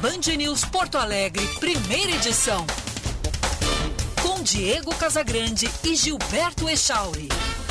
Band News Porto Alegre, primeira edição. Com Diego Casagrande e Gilberto Echauri.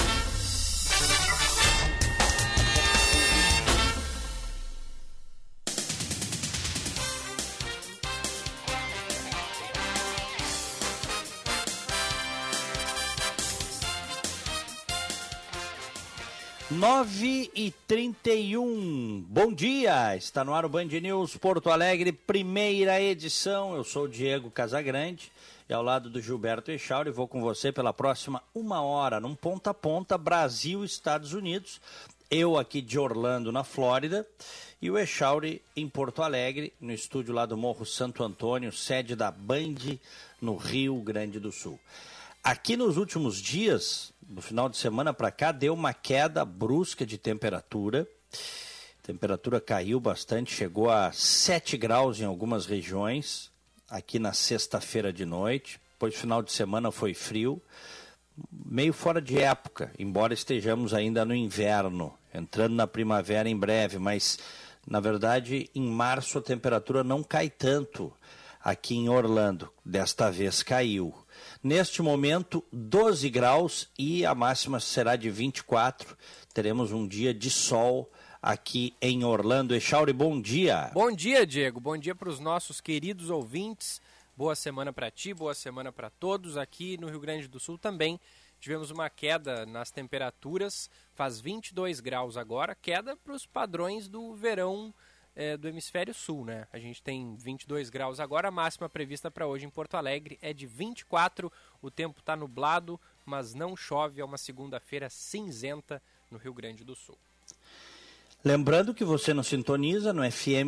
Nove e 31. Bom dia, está no ar o Band News Porto Alegre, primeira edição. Eu sou o Diego Casagrande e ao lado do Gilberto Echauri vou com você pela próxima 1 hora, num ponta a ponta, Brasil e Estados Unidos. Eu aqui de Orlando, na Flórida, e o Echauri em Porto Alegre, no estúdio lá do Morro Santo Antônio, sede da Band no Rio Grande do Sul. Aqui nos últimos dias, do final de semana para cá, deu uma queda brusca de temperatura. A temperatura caiu bastante, chegou a 7 graus em algumas regiões, aqui na sexta-feira de noite. Depois, final de semana foi frio, meio fora de época, embora estejamos ainda no inverno, entrando na primavera em breve, mas, na verdade, em março a temperatura não cai tanto aqui em Orlando. Desta vez caiu. Neste momento, 12 graus e a máxima será de 24. Teremos um dia de sol aqui em Orlando. Echauri, bom dia. Bom dia, Diego. Bom dia para os nossos queridos ouvintes. Boa semana para ti, boa semana para todos. Aqui no Rio Grande do Sul também tivemos uma queda nas temperaturas. Faz 22 graus agora, queda para os padrões do verão do hemisfério sul, né? A gente tem 22 graus agora, a máxima prevista para hoje em Porto Alegre é de 24, o tempo está nublado, mas não chove, é uma segunda-feira cinzenta no Rio Grande do Sul. Lembrando que você nos sintoniza no FM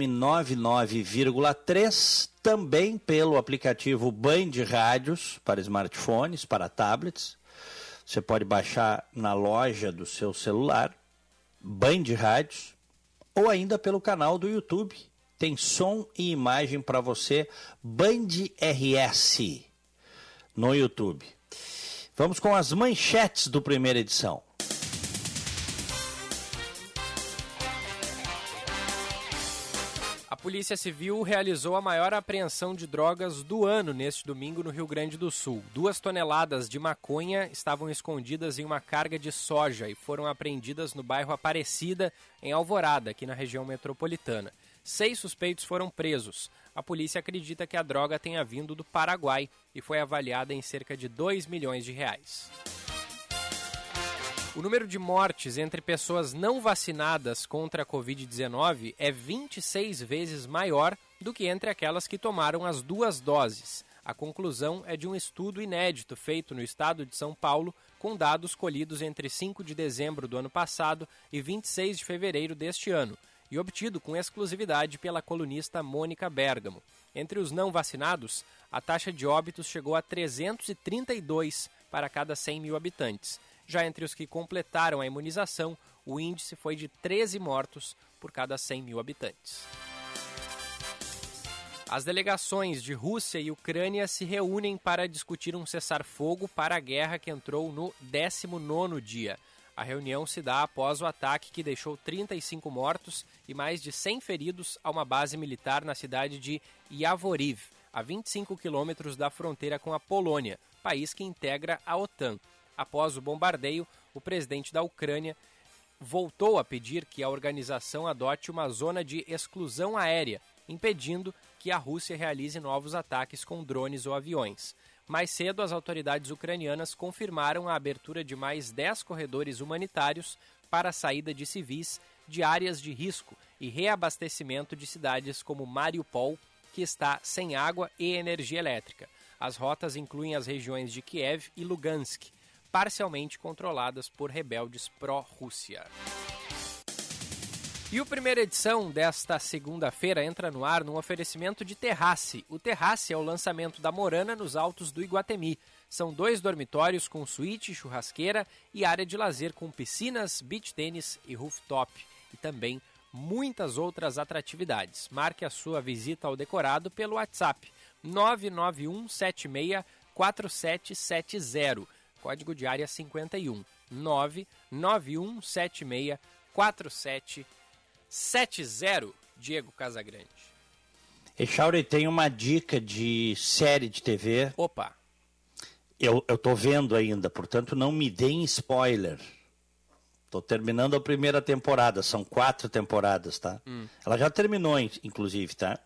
99,3, também pelo aplicativo Band Rádios para smartphones, para tablets. Você pode baixar na loja do seu celular, Band Rádios, ou ainda pelo canal do YouTube. Tem som e imagem para você, Band RS, no YouTube. Vamos com as manchetes do primeira edição. A Polícia Civil realizou a maior apreensão de drogas do ano neste domingo no Rio Grande do Sul. 2 toneladas de maconha estavam escondidas em uma carga de soja e foram apreendidas no bairro Aparecida, em Alvorada, aqui na região metropolitana. 6 suspeitos foram presos. A polícia acredita que a droga tenha vindo do Paraguai e foi avaliada em cerca de R$2 milhões. O número de mortes entre pessoas não vacinadas contra a Covid-19 é 26 vezes maior do que entre aquelas que tomaram as 2 doses. A conclusão é de um estudo inédito feito no estado de São Paulo, com dados colhidos entre 5 de dezembro do ano passado e 26 de fevereiro deste ano, e obtido com exclusividade pela colunista Mônica Bergamo. Entre os não vacinados, a taxa de óbitos chegou a 332 para cada 100 mil habitantes. Já entre os que completaram a imunização, o índice foi de 13 mortos por cada 100 mil habitantes. As delegações de Rússia e Ucrânia se reúnem para discutir um cessar-fogo para a guerra que entrou no 19º dia. A reunião se dá após o ataque que deixou 35 mortos e mais de 100 feridos a uma base militar na cidade de Yavoriv, a 25 quilômetros da fronteira com a Polônia, país que integra a OTAN. Após o bombardeio, o presidente da Ucrânia voltou a pedir que a organização adote uma zona de exclusão aérea, impedindo que a Rússia realize novos ataques com drones ou aviões. Mais cedo, as autoridades ucranianas confirmaram a abertura de mais 10 corredores humanitários para a saída de civis de áreas de risco e reabastecimento de cidades como Mariupol, que está sem água e energia elétrica. As rotas incluem as regiões de Kiev e Lugansk, parcialmente controladas por rebeldes pró-Rússia. E a primeira edição desta segunda-feira entra no ar num oferecimento de Terrace. O Terrace é o lançamento da Morana nos altos do Iguatemi. São 2 dormitórios com suíte, churrasqueira e área de lazer com piscinas, beach tênis e rooftop. E também muitas outras atratividades. Marque a sua visita ao decorado pelo WhatsApp 991764770. Código de área 51, 991764770. Diego Casagrande. Echauri, tem uma dica de série de TV. Opa! Eu tô vendo ainda, portanto não me deem spoiler. Tô terminando a primeira temporada, são 4 temporadas, tá? Ela já terminou, inclusive, tá?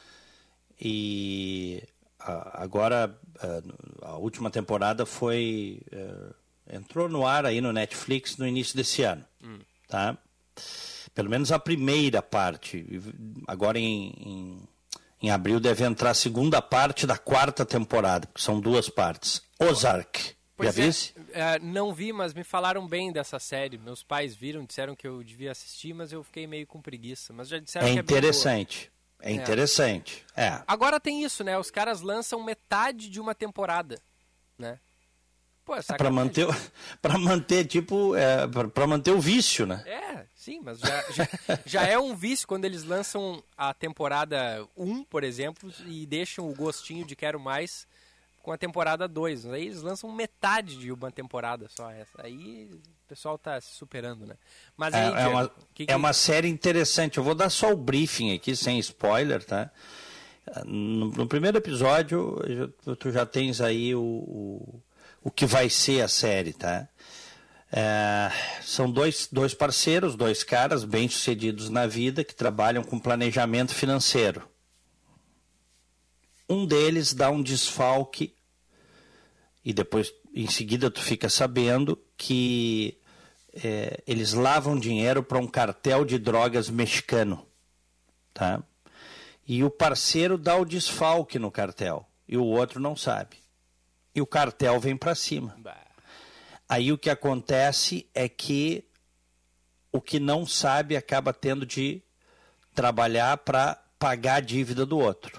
E agora a última temporada entrou no ar aí no Netflix no início desse ano, tá? Pelo menos a primeira parte. Agora em abril deve entrar a segunda parte da 4ª temporada, porque são 2 partes. Ozark. Pois Já visse? Não vi, mas me falaram bem dessa série. Meus pais viram, disseram que eu devia assistir, mas eu fiquei meio com preguiça. Mas já disseram que é interessante. É interessante. É. Agora tem isso, né? Os caras lançam metade de uma temporada, né? Pô, Para manter o vício, né? Sim, mas já é um vício quando eles lançam a temporada 1, por exemplo, e deixam o gostinho de quero mais com a temporada 2. Aí eles lançam metade de uma temporada só. Aí o pessoal tá se superando, né? Mas aí, é uma série interessante. Eu vou dar só o briefing aqui, sem spoiler, tá? No primeiro episódio, tu já tens aí o que vai ser a série, tá? São dois parceiros, 2 caras bem-sucedidos na vida que trabalham com planejamento financeiro. Um deles dá um desfalque e depois, em seguida, tu fica sabendo que eles lavam dinheiro para um cartel de drogas mexicano, tá? E o parceiro dá o desfalque no cartel e o outro não sabe. E o cartel vem para cima. Aí o que acontece é que o que não sabe acaba tendo de trabalhar para pagar a dívida do outro.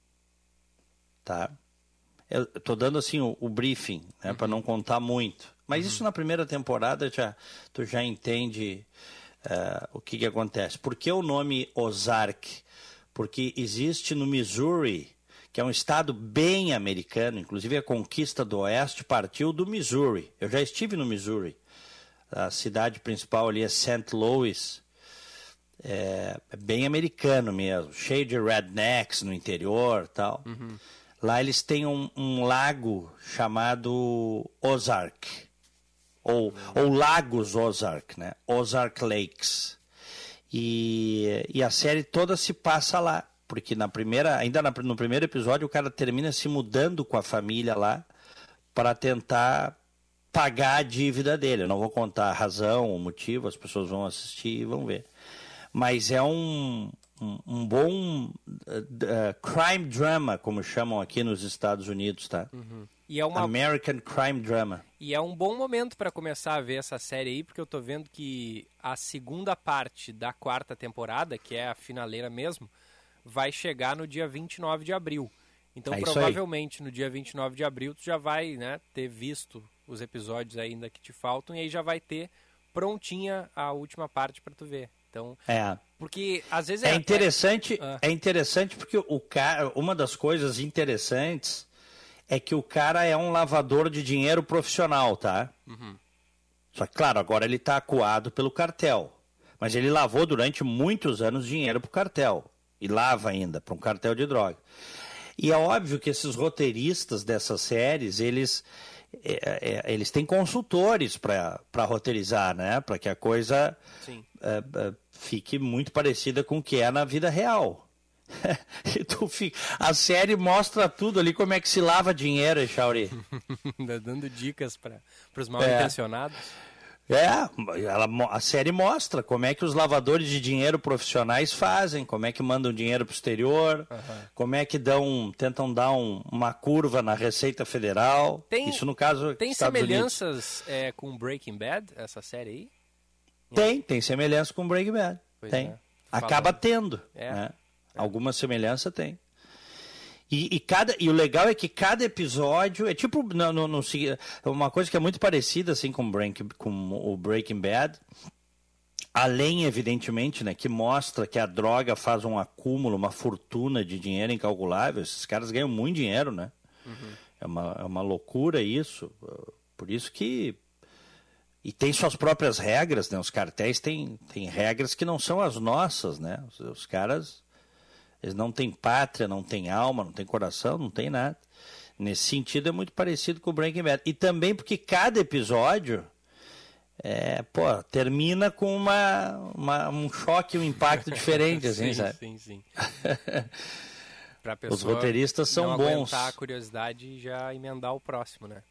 Tá? Eu estou dando assim o briefing, né, para não contar muito. Mas isso na primeira temporada tu já entende o que acontece. Por que o nome Ozark? Porque existe no Missouri, que é um estado bem americano, inclusive a conquista do Oeste partiu do Missouri. Eu já estive no Missouri. A cidade principal ali é St. Louis. É bem americano mesmo, cheio de rednecks no interior e tal. Lá eles têm um lago chamado Ozark, ou Lagos Ozark, né? Ozark Lakes. E a série toda se passa lá. Porque no primeiro episódio o cara termina se mudando com a família lá para tentar pagar a dívida dele. Eu não vou contar a razão, o motivo, as pessoas vão assistir e vão ver. Mas é um bom crime drama, como chamam aqui nos Estados Unidos, tá? E American Crime Drama. E é um bom momento para começar a ver essa série aí, porque eu tô vendo que a segunda parte da 4ª temporada, que é a finaleira mesmo, vai chegar no dia 29 de abril. Então, provavelmente, no dia 29 de abril, tu já vai, né, ter visto os episódios ainda que te faltam, e aí já vai ter prontinha a última parte para tu ver. Então, porque às vezes é interessante porque o cara, uma das coisas interessantes é que o cara é um lavador de dinheiro profissional, tá? Só que, claro, agora ele está acuado pelo cartel. Mas ele lavou durante muitos anos dinheiro pro cartel. E lava ainda para um cartel de droga. E é óbvio que esses roteiristas dessas séries, eles têm consultores para roteirizar, né? Para que a coisa fique muito parecida com o que é na vida real. A série mostra tudo ali, como é que se lava dinheiro, Echauri. Dando dicas para os mal-intencionados. A série mostra como é que os lavadores de dinheiro profissionais fazem, como é que mandam dinheiro para o exterior, como é que tentam dar uma curva na Receita Federal. Isso no caso tem Estados semelhanças com Breaking Bad, essa série aí? Tem semelhança com Breaking Bad. Tem. Acaba tendo. Né? Alguma semelhança tem. E o legal é que cada episódio é tipo uma coisa que é muito parecida assim com o Breaking Bad, além evidentemente, né, que mostra que a droga faz um acúmulo, uma fortuna de dinheiro incalculável. Esses caras ganham muito dinheiro, né? É uma loucura isso. Por isso que e tem suas próprias regras, né? Os cartéis têm regras que não são as nossas, né? Os caras Eles não têm pátria, não têm alma, não têm coração, não têm nada. Nesse sentido é muito parecido com o Breaking Bad. E também porque cada episódio termina com um choque, um impacto diferente, assim, sim, sabe? Sim. Pra pessoa Os roteiristas são não bons. aguentar a curiosidade e já emendar o próximo, né?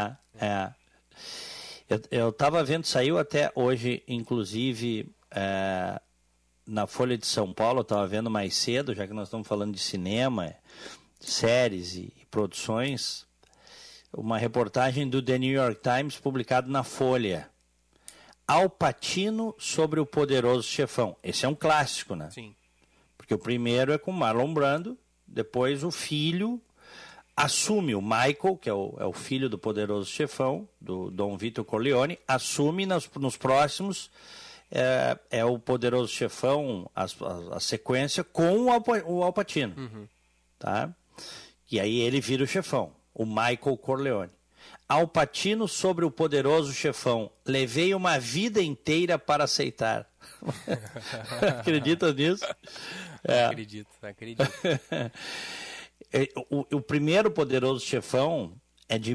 Eu estava vendo, saiu até hoje, inclusive, na Folha de São Paulo, eu estava vendo mais cedo, já que nós estamos falando de cinema, séries e produções, uma reportagem do The New York Times publicado na Folha. Al Pacino sobre o Poderoso Chefão. Esse é um clássico, né? Sim. Porque o primeiro é com Marlon Brando, depois o filho assume, o Michael, que é o filho do Poderoso Chefão, do Dom Vito Corleone, assume nos próximos, o Poderoso Chefão, a sequência com o Al Pacino. Uhum. Tá? E aí ele vira o chefão, o Michael Corleone. Al Pacino sobre o Poderoso Chefão. Levei uma vida inteira para aceitar. Acredita nisso? Acredito. O primeiro Poderoso Chefão é de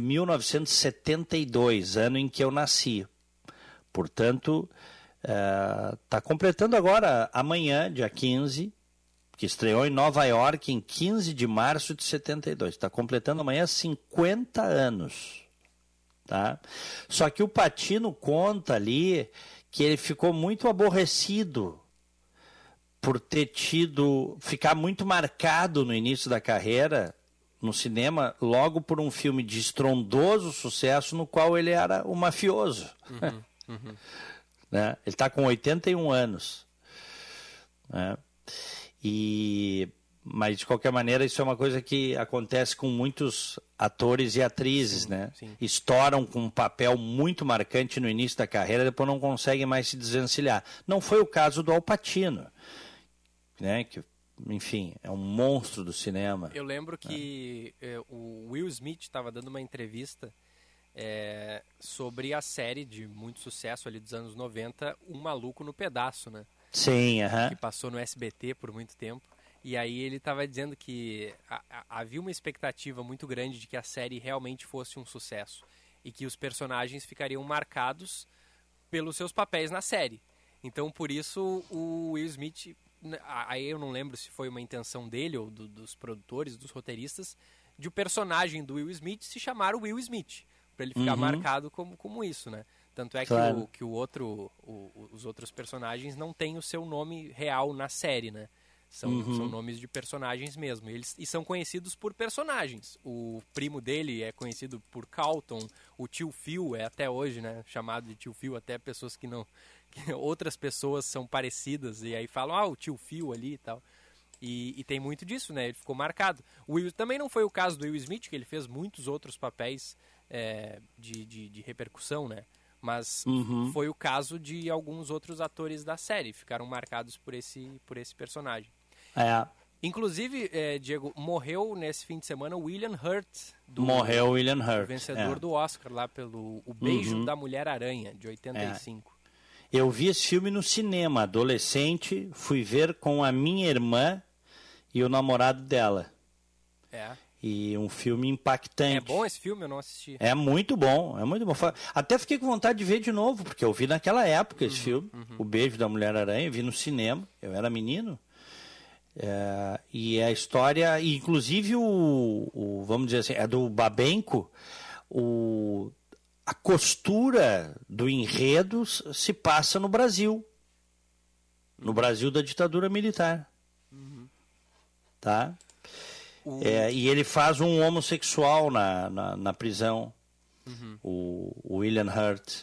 1972, ano em que eu nasci. Portanto, está completando agora, amanhã, dia 15, que estreou em Nova York em 15 de março de 72. Está completando amanhã 50 anos. Tá? Só que o Pacino conta ali que ele ficou muito aborrecido por ter ficar muito marcado no início da carreira no cinema, logo por um filme de estrondoso sucesso no qual ele era o mafioso. Né? Ele está com 81 anos. Né? Mas, de qualquer maneira, isso é uma coisa que acontece com muitos atores e atrizes, né? Sim. Estouram com um papel muito marcante no início da carreira, depois não conseguem mais se desvencilhar. Não foi o caso do Al Pacino, né? Que, enfim, é um monstro do cinema. Eu lembro que o Will Smith estava dando uma entrevista sobre a série de muito sucesso ali dos anos 90, Um Maluco no Pedaço, né? Sim, que passou no SBT por muito tempo. E aí ele estava dizendo que havia uma expectativa muito grande de que a série realmente fosse um sucesso e que os personagens ficariam marcados pelos seus papéis na série. Então, por isso, o Will Smith, aí eu não lembro se foi uma intenção dele ou dos produtores, dos roteiristas, de o personagem do Will Smith se chamar o Will Smith, para ele ficar marcado como isso, né? Tanto é claro. que os outros personagens não têm o seu nome real na série, né? São nomes de personagens mesmo. E são conhecidos por personagens. O primo dele é conhecido por Carlton. O tio Phil é até hoje, né, chamado de tio Phil. Até pessoas que outras pessoas são parecidas. E aí falam, o tio Phil ali e tal. E tem muito disso, né? Ele ficou marcado. Também não foi o caso do Will Smith, que ele fez muitos outros papéis de repercussão, né? Mas foi o caso de alguns outros atores da série. Ficaram marcados por esse personagem. Inclusive, Diego, morreu nesse fim de semana o William Hurt. Morreu o William Hurt. Vencedor do Oscar lá pelo O Beijo da Mulher-Aranha, de 85. Eu vi esse filme no cinema, adolescente. Fui ver com a minha irmã e o namorado dela. E um filme impactante. É bom esse filme? Eu não assisti. É muito bom, é muito bom. Até fiquei com vontade de ver de novo, porque eu vi naquela época esse filme, O Beijo da Mulher-Aranha, vi no cinema, eu era menino. E a história, inclusive vamos dizer assim, é do Babenco, a costura do enredo se passa no Brasil. No Brasil da ditadura militar. Tá? E ele faz um homossexual na prisão, o William Hurt.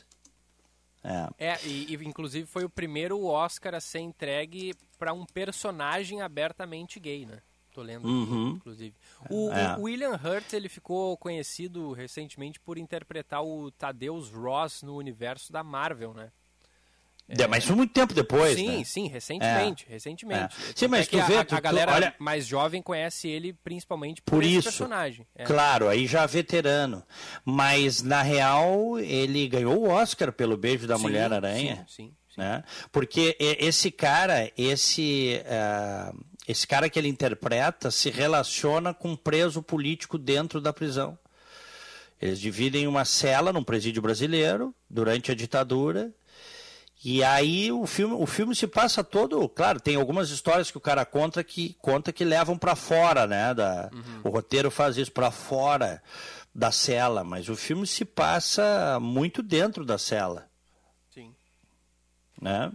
E inclusive foi o primeiro Oscar a ser entregue para um personagem abertamente gay, né? Tô lendo aqui, inclusive. O William Hurt, ele ficou conhecido recentemente por interpretar o Thaddeus Ross no universo da Marvel, né? Mas foi muito tempo depois, sim, né? Sim, recentemente. Sim, mas tu vê... A galera mais jovem conhece ele principalmente por esse personagem. Claro, aí já veterano. Mas, na real, ele ganhou o Oscar pelo Beijo da Mulher-Aranha. Sim. Né? Porque esse cara, esse cara que ele interpreta se relaciona com um preso político dentro da prisão. Eles dividem uma cela num presídio brasileiro durante a ditadura. E aí o filme se passa todo... Claro, tem algumas histórias que o cara conta que levam para fora, né? O roteiro faz isso, para fora da cela. Mas o filme se passa muito dentro da cela. Sim. Né?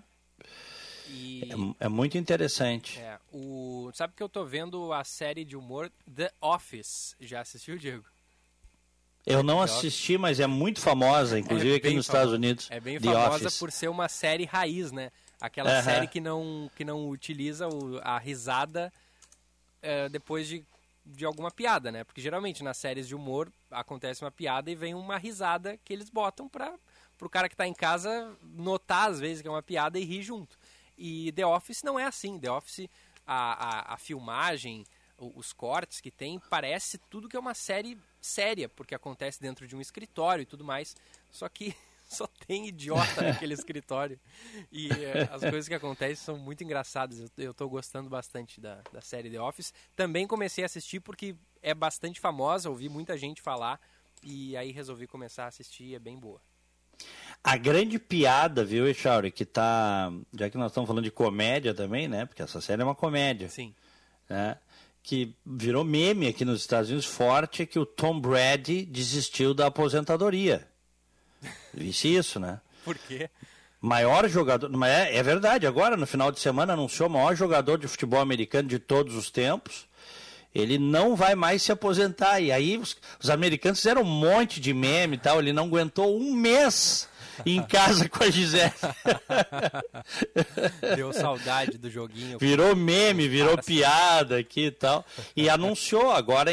É muito interessante. Sabe que eu tô vendo a série de humor The Office. Já assistiu, Diego? Eu não assisti, mas é muito famosa, inclusive aqui nos Estados Unidos. É bem The famosa Office. por ser uma série raiz, né? Aquela série que não utiliza a risada depois de alguma piada, né? Porque geralmente nas séries de humor acontece uma piada e vem uma risada que eles botam pro cara que tá em casa notar às vezes que é uma piada e rir junto. E The Office não é assim. The Office, a filmagem, os cortes que tem, parece tudo que é uma série séria, porque acontece dentro de um escritório e tudo mais, só que só tem idiota naquele escritório. E as coisas que acontecem são muito engraçadas. Eu tô gostando bastante da série The Office. Também comecei a assistir porque é bastante famosa, ouvi muita gente falar, e aí resolvi começar a assistir, é bem boa. A grande piada, viu, Echauri, que tá... Já que nós estamos falando de comédia também, né? Porque essa série é uma comédia. Sim. Né? Que virou meme aqui nos Estados Unidos forte, é que o Tom Brady desistiu da aposentadoria. Visse isso, né? Por quê? Maior jogador... Mas é verdade, agora no final de semana anunciou o maior jogador de futebol americano de todos os tempos. Ele não vai mais se aposentar. E aí os americanos fizeram um monte de meme e tal. Ele não aguentou um mês em casa com a Gisele. Deu saudade do joguinho. Virou meme, virou piada aqui e tal. E anunciou agora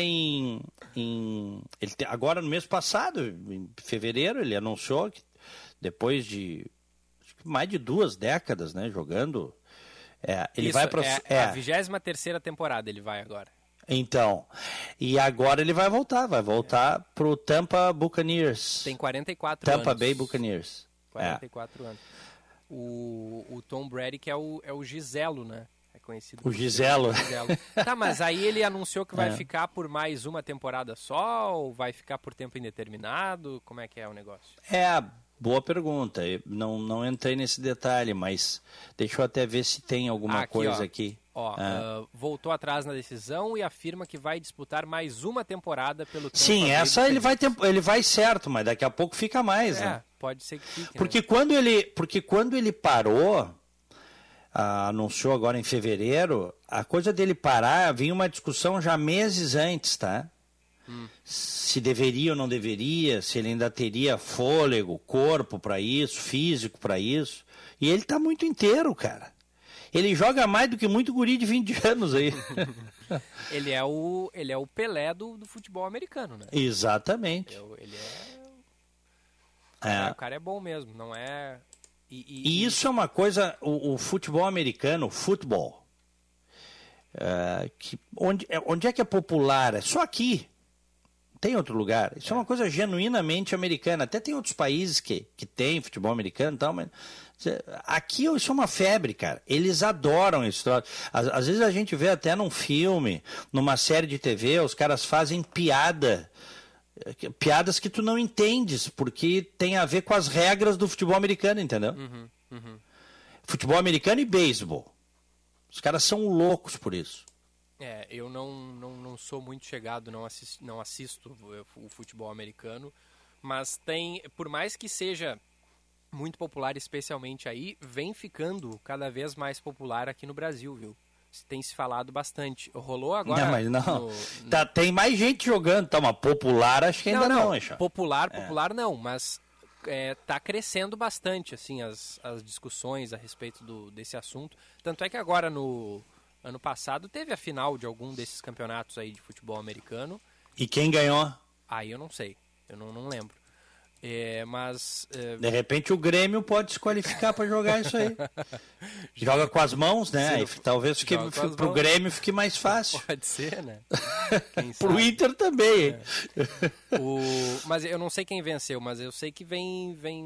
agora no mês passado, em fevereiro, ele anunciou que depois de mais de 2 décadas, né, jogando, ele vai para a 23ª temporada ele vai agora. Então, e agora ele vai voltar pro Tampa Buccaneers. Tem 44 anos. Tampa Bay Buccaneers. 44 anos. O Tom Brady, que é o Giselo, né? É conhecido o Giselo. Tá, mas aí ele anunciou que vai ficar por mais uma temporada só, ou vai ficar por tempo indeterminado? Como é que é o negócio? Boa pergunta. Eu não entrei nesse detalhe, mas deixa eu até ver se tem alguma coisa aqui. Voltou atrás na decisão e afirma que vai disputar mais uma temporada pelo Tampa Sim, Bay essa ele vai certo, mas daqui a pouco fica mais, né? Pode ser que fique. Porque, né? quando ele parou, anunciou agora em fevereiro, a coisa dele parar, vinha uma discussão já meses antes, tá? Se deveria ou não deveria, se ele ainda teria fôlego, corpo para isso, físico para isso. E ele tá muito inteiro, cara. Ele joga mais do que muito guri de 20 anos aí. Ele é o Pelé do futebol americano, né? Exatamente. O cara é bom mesmo, não é... E isso é uma coisa, o futebol americano, onde é que é popular? É só aqui. Tem outro lugar. Isso é uma coisa genuinamente americana. Até tem outros países que tem futebol americano e tal, mas aqui isso é uma febre, cara. Eles adoram isso. Às vezes a gente vê até num filme, numa série de TV, os caras fazem piadas que tu não entendes, porque tem a ver com as regras do futebol americano, entendeu? Futebol americano e beisebol. Os caras são loucos por isso. Eu não sou muito chegado, não assisto o futebol americano, mas por mais que seja muito popular, especialmente aí, vem ficando cada vez mais popular aqui no Brasil, viu? Tem se falado bastante. Rolou agora... Não, mas não. Tem mais gente jogando, tá? Mas popular acho que ainda não. Popular não, mas tá crescendo bastante, assim, as discussões a respeito desse assunto. Tanto é que agora no... Ano passado teve a final de algum desses campeonatos aí de futebol americano. E quem ganhou? Aí eu não sei, eu não lembro. Mas... De repente o Grêmio pode se qualificar para jogar isso aí. Joga com as mãos, né? Aí, talvez pro Grêmio fique mais fácil. Pode ser, né? Pro Inter também. Mas eu não sei quem venceu, mas eu sei que vem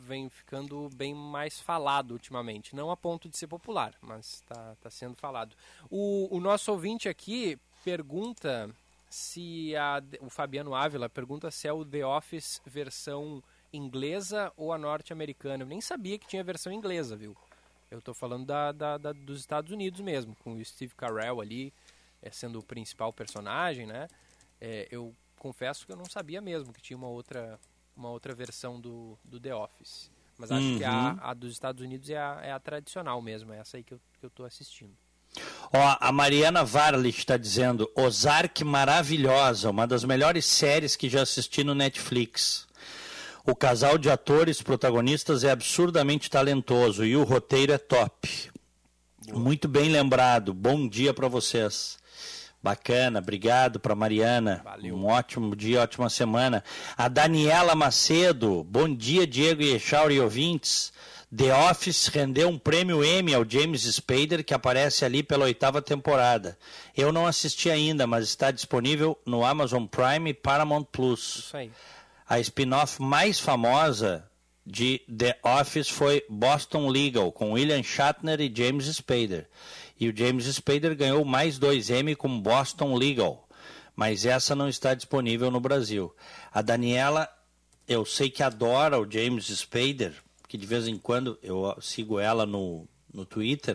vem ficando bem mais falado ultimamente. Não a ponto de ser popular, mas tá sendo falado. O nosso ouvinte aqui pergunta se o Fabiano Ávila pergunta se é o The Office versão inglesa ou a norte-americana. Eu nem sabia que tinha versão inglesa, viu? Eu tô falando dos Estados Unidos mesmo, com o Steve Carell ali sendo o principal personagem, né? Eu confesso que eu não sabia mesmo que tinha uma outra versão do The Office. Mas acho que a dos Estados Unidos é a tradicional mesmo, é essa aí que eu tô assistindo. Ó, a Mariana Varlich está dizendo: Ozark maravilhosa, uma das melhores séries que já assisti no Netflix. O casal de atores protagonistas é absurdamente talentoso e o roteiro é top. Boa. Muito bem lembrado. Bom dia para vocês. Bacana, obrigado para Mariana. Valeu. Um ótimo dia, ótima semana. A Daniela Macedo: bom dia, Diego e Echauri e ouvintes. The Office rendeu um prêmio Emmy ao James Spader, que aparece ali pela 8ª temporada. Eu não assisti ainda, mas está disponível no Amazon Prime e Paramount Plus. Isso aí. A spin-off mais famosa de The Office foi Boston Legal, com William Shatner e James Spader. E o James Spader ganhou mais 2 Emmy com Boston Legal, mas essa não está disponível no Brasil. A Daniela, eu sei que adora o James Spader, que de vez em quando eu sigo ela no Twitter.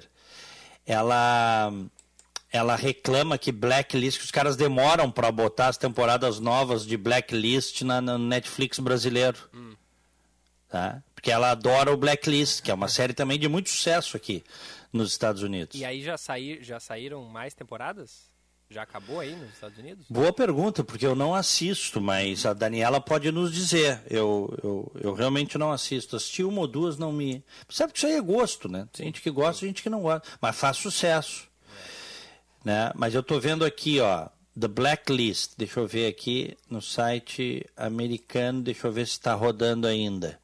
Ela reclama que Blacklist, que os caras demoram para botar as temporadas novas de Blacklist no Netflix brasileiro. Tá? Porque ela adora o Blacklist, que é uma série também de muito sucesso aqui nos Estados Unidos. E aí já saíram mais temporadas? Já acabou aí nos Estados Unidos? Boa pergunta, porque eu não assisto, mas a Daniela pode nos dizer. Eu realmente não assisto. Assisti uma ou duas, não me... Sabe que isso aí é gosto, né? Tem gente que gosta e gente que não gosta. Mas faz sucesso. Né? Mas eu tô vendo aqui, ó, The Blacklist. Deixa eu ver aqui no site americano. Deixa eu ver se está rodando ainda.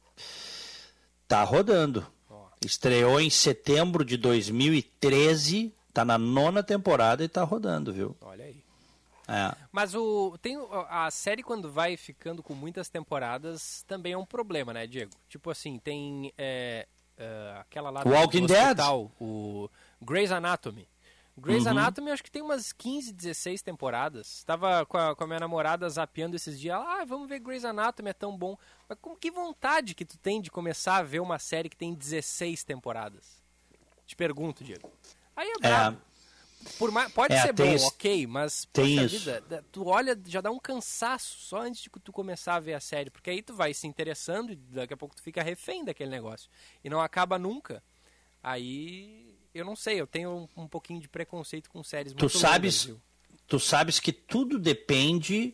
Tá rodando. Estreou em setembro de 2013... Tá na 9ª temporada e tá rodando, viu? Olha aí. É. Mas a série, quando vai ficando com muitas temporadas, também é um problema, né, Diego? Tipo assim, tem aquela lá do Walking Dead, o Grey's Anatomy. Grey's Anatomy, eu acho que tem umas 15, 16 temporadas. Estava com a minha namorada zapeando esses dias. Vamos ver Grey's Anatomy, é tão bom. Mas que vontade que tu tem de começar a ver uma série que tem 16 temporadas? Te pergunto, Diego. Aí é brabo. Pode ser bom, ok, mas poxa vida, tu olha, já dá um cansaço só antes de tu começar a ver a série, porque aí tu vai se interessando e daqui a pouco tu fica refém daquele negócio. E não acaba nunca. Aí, eu não sei, eu tenho um pouquinho de preconceito com séries muito longas. Tu sabes que tudo depende,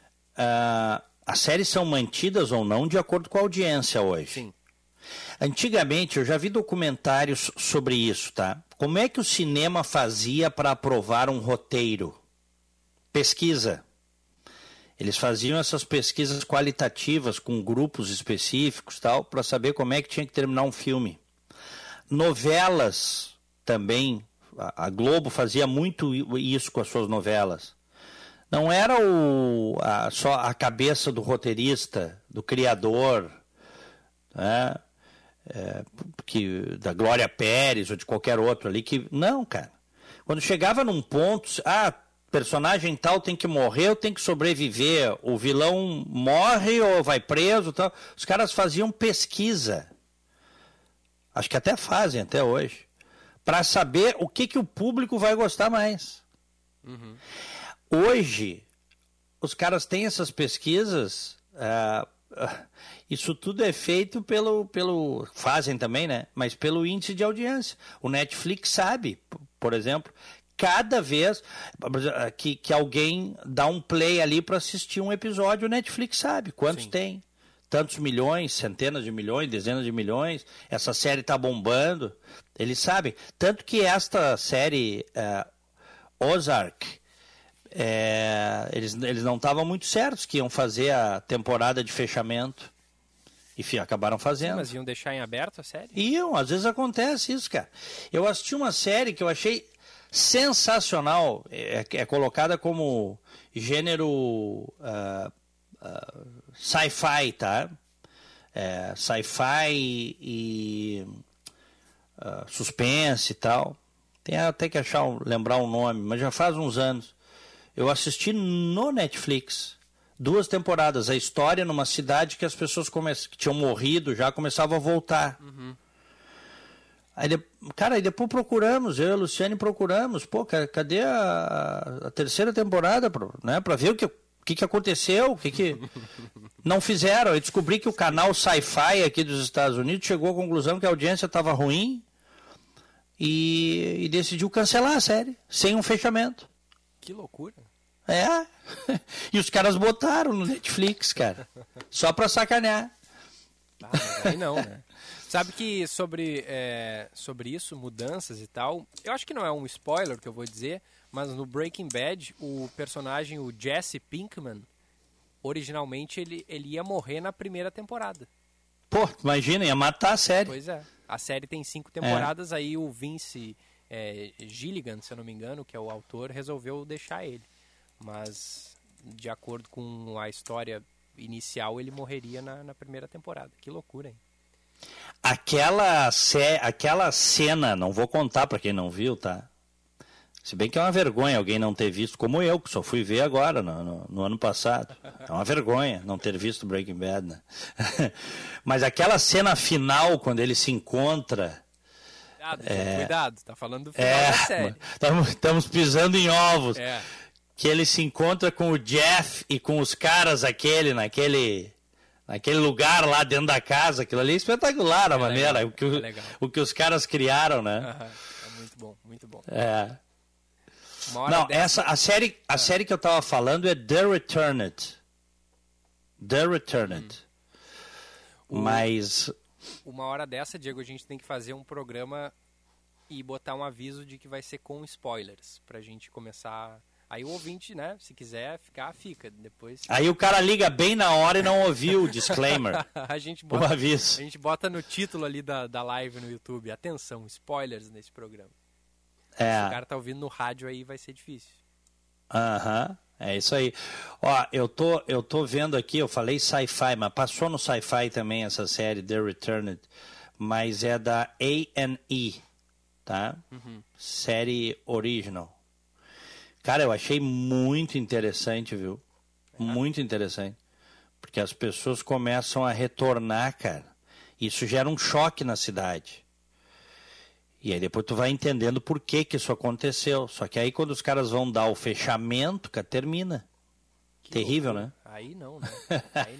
as séries são mantidas ou não de acordo com a audiência hoje. Sim. Antigamente, eu já vi documentários sobre isso, tá? Como é que o cinema fazia para aprovar um roteiro? Pesquisa. Eles faziam essas pesquisas qualitativas com grupos específicos, tal, para saber como é que tinha que terminar um filme. Novelas também, a Globo fazia muito isso com as suas novelas. Não era só a cabeça do roteirista, do criador, né? Da Glória Pérez ou de qualquer outro ali que... Não, cara. Quando chegava num ponto, personagem tal tem que morrer ou tem que sobreviver, o vilão morre ou vai preso, tal. Os caras faziam pesquisa, acho que até fazem até hoje, para saber o que o público vai gostar mais. Hoje, os caras têm essas pesquisas... Isso tudo é feito fazem também, né? Mas pelo índice de audiência. O Netflix sabe, por exemplo, cada vez que alguém dá um play ali para assistir um episódio, o Netflix sabe quantos tem. Tantos milhões, centenas de milhões, dezenas de milhões. Essa série está bombando. Eles sabem. Tanto que esta série Ozark, eles não estavam muito certos que iam fazer a temporada de fechamento. Enfim, acabaram fazendo. Sim, mas iam deixar em aberto a série? Iam, às vezes acontece isso, cara. Eu assisti uma série que eu achei sensacional, é colocada como gênero sci-fi, tá? sci-fi e suspense e tal. Tem até que lembrar um nome, mas já faz uns anos. Eu assisti no Netflix 2 temporadas. A história numa cidade que as pessoas que tinham morrido já começavam a voltar. Uhum. Aí depois procuramos, eu e a Luciane procuramos. Pô, cadê a terceira temporada, né, pra ver o que aconteceu, o que não fizeram. Eu descobri que o canal Sci-Fi aqui dos Estados Unidos chegou à conclusão que a audiência estava ruim e decidiu cancelar a série, sem um fechamento. Que loucura. E os caras botaram no Netflix, cara, só pra sacanear. Mas aí não, né? Sabe que sobre isso, mudanças e tal, eu acho que não é um spoiler que eu vou dizer, mas no Breaking Bad, o personagem, o Jesse Pinkman, originalmente ele ia morrer na primeira temporada. Pô, imagina, ia matar a série. Pois é. A série tem 5 temporadas, aí o Vince Gilligan, se eu não me engano, que é o autor, resolveu deixar ele. Mas, de acordo com a história inicial, ele morreria na primeira temporada. Que loucura, hein? Aquela cena, não vou contar pra quem não viu, tá? Se bem que é uma vergonha alguém não ter visto, como eu, que só fui ver agora, no ano passado. É uma vergonha não ter visto Breaking Bad, né? Mas aquela cena final, quando ele se encontra... Cuidado, tá falando do final da série. Estamos pisando em ovos. Que ele se encontra com o Jeff e com os caras naquele lugar lá dentro da casa. Aquilo ali é espetacular, a maneira, o que os caras criaram, né? É muito bom, muito bom. Não, a série que eu tava falando é The Returned. The Returned. Mas... Uma hora dessa, Diego, a gente tem que fazer um programa e botar um aviso de que vai ser com spoilers, pra gente começar... Aí o ouvinte, né, se quiser ficar, fica. Depois... Aí o cara liga bem na hora e não ouviu o disclaimer. A gente bota no título ali da live no YouTube, atenção, spoilers nesse programa. Se o cara tá ouvindo no rádio aí, vai ser difícil. É isso aí. Ó, eu tô vendo aqui, eu falei sci-fi, mas passou no sci-fi também essa série, The Returned, mas é da A&E, tá? Série original. Cara, eu achei muito interessante, viu? Muito interessante. Porque as pessoas começam a retornar, cara. Isso gera um choque na cidade. E aí depois tu vai entendendo por que isso aconteceu. Só que aí quando os caras vão dar o fechamento, cara, termina. Que terrível, loucura, né? Aí não, né? Aí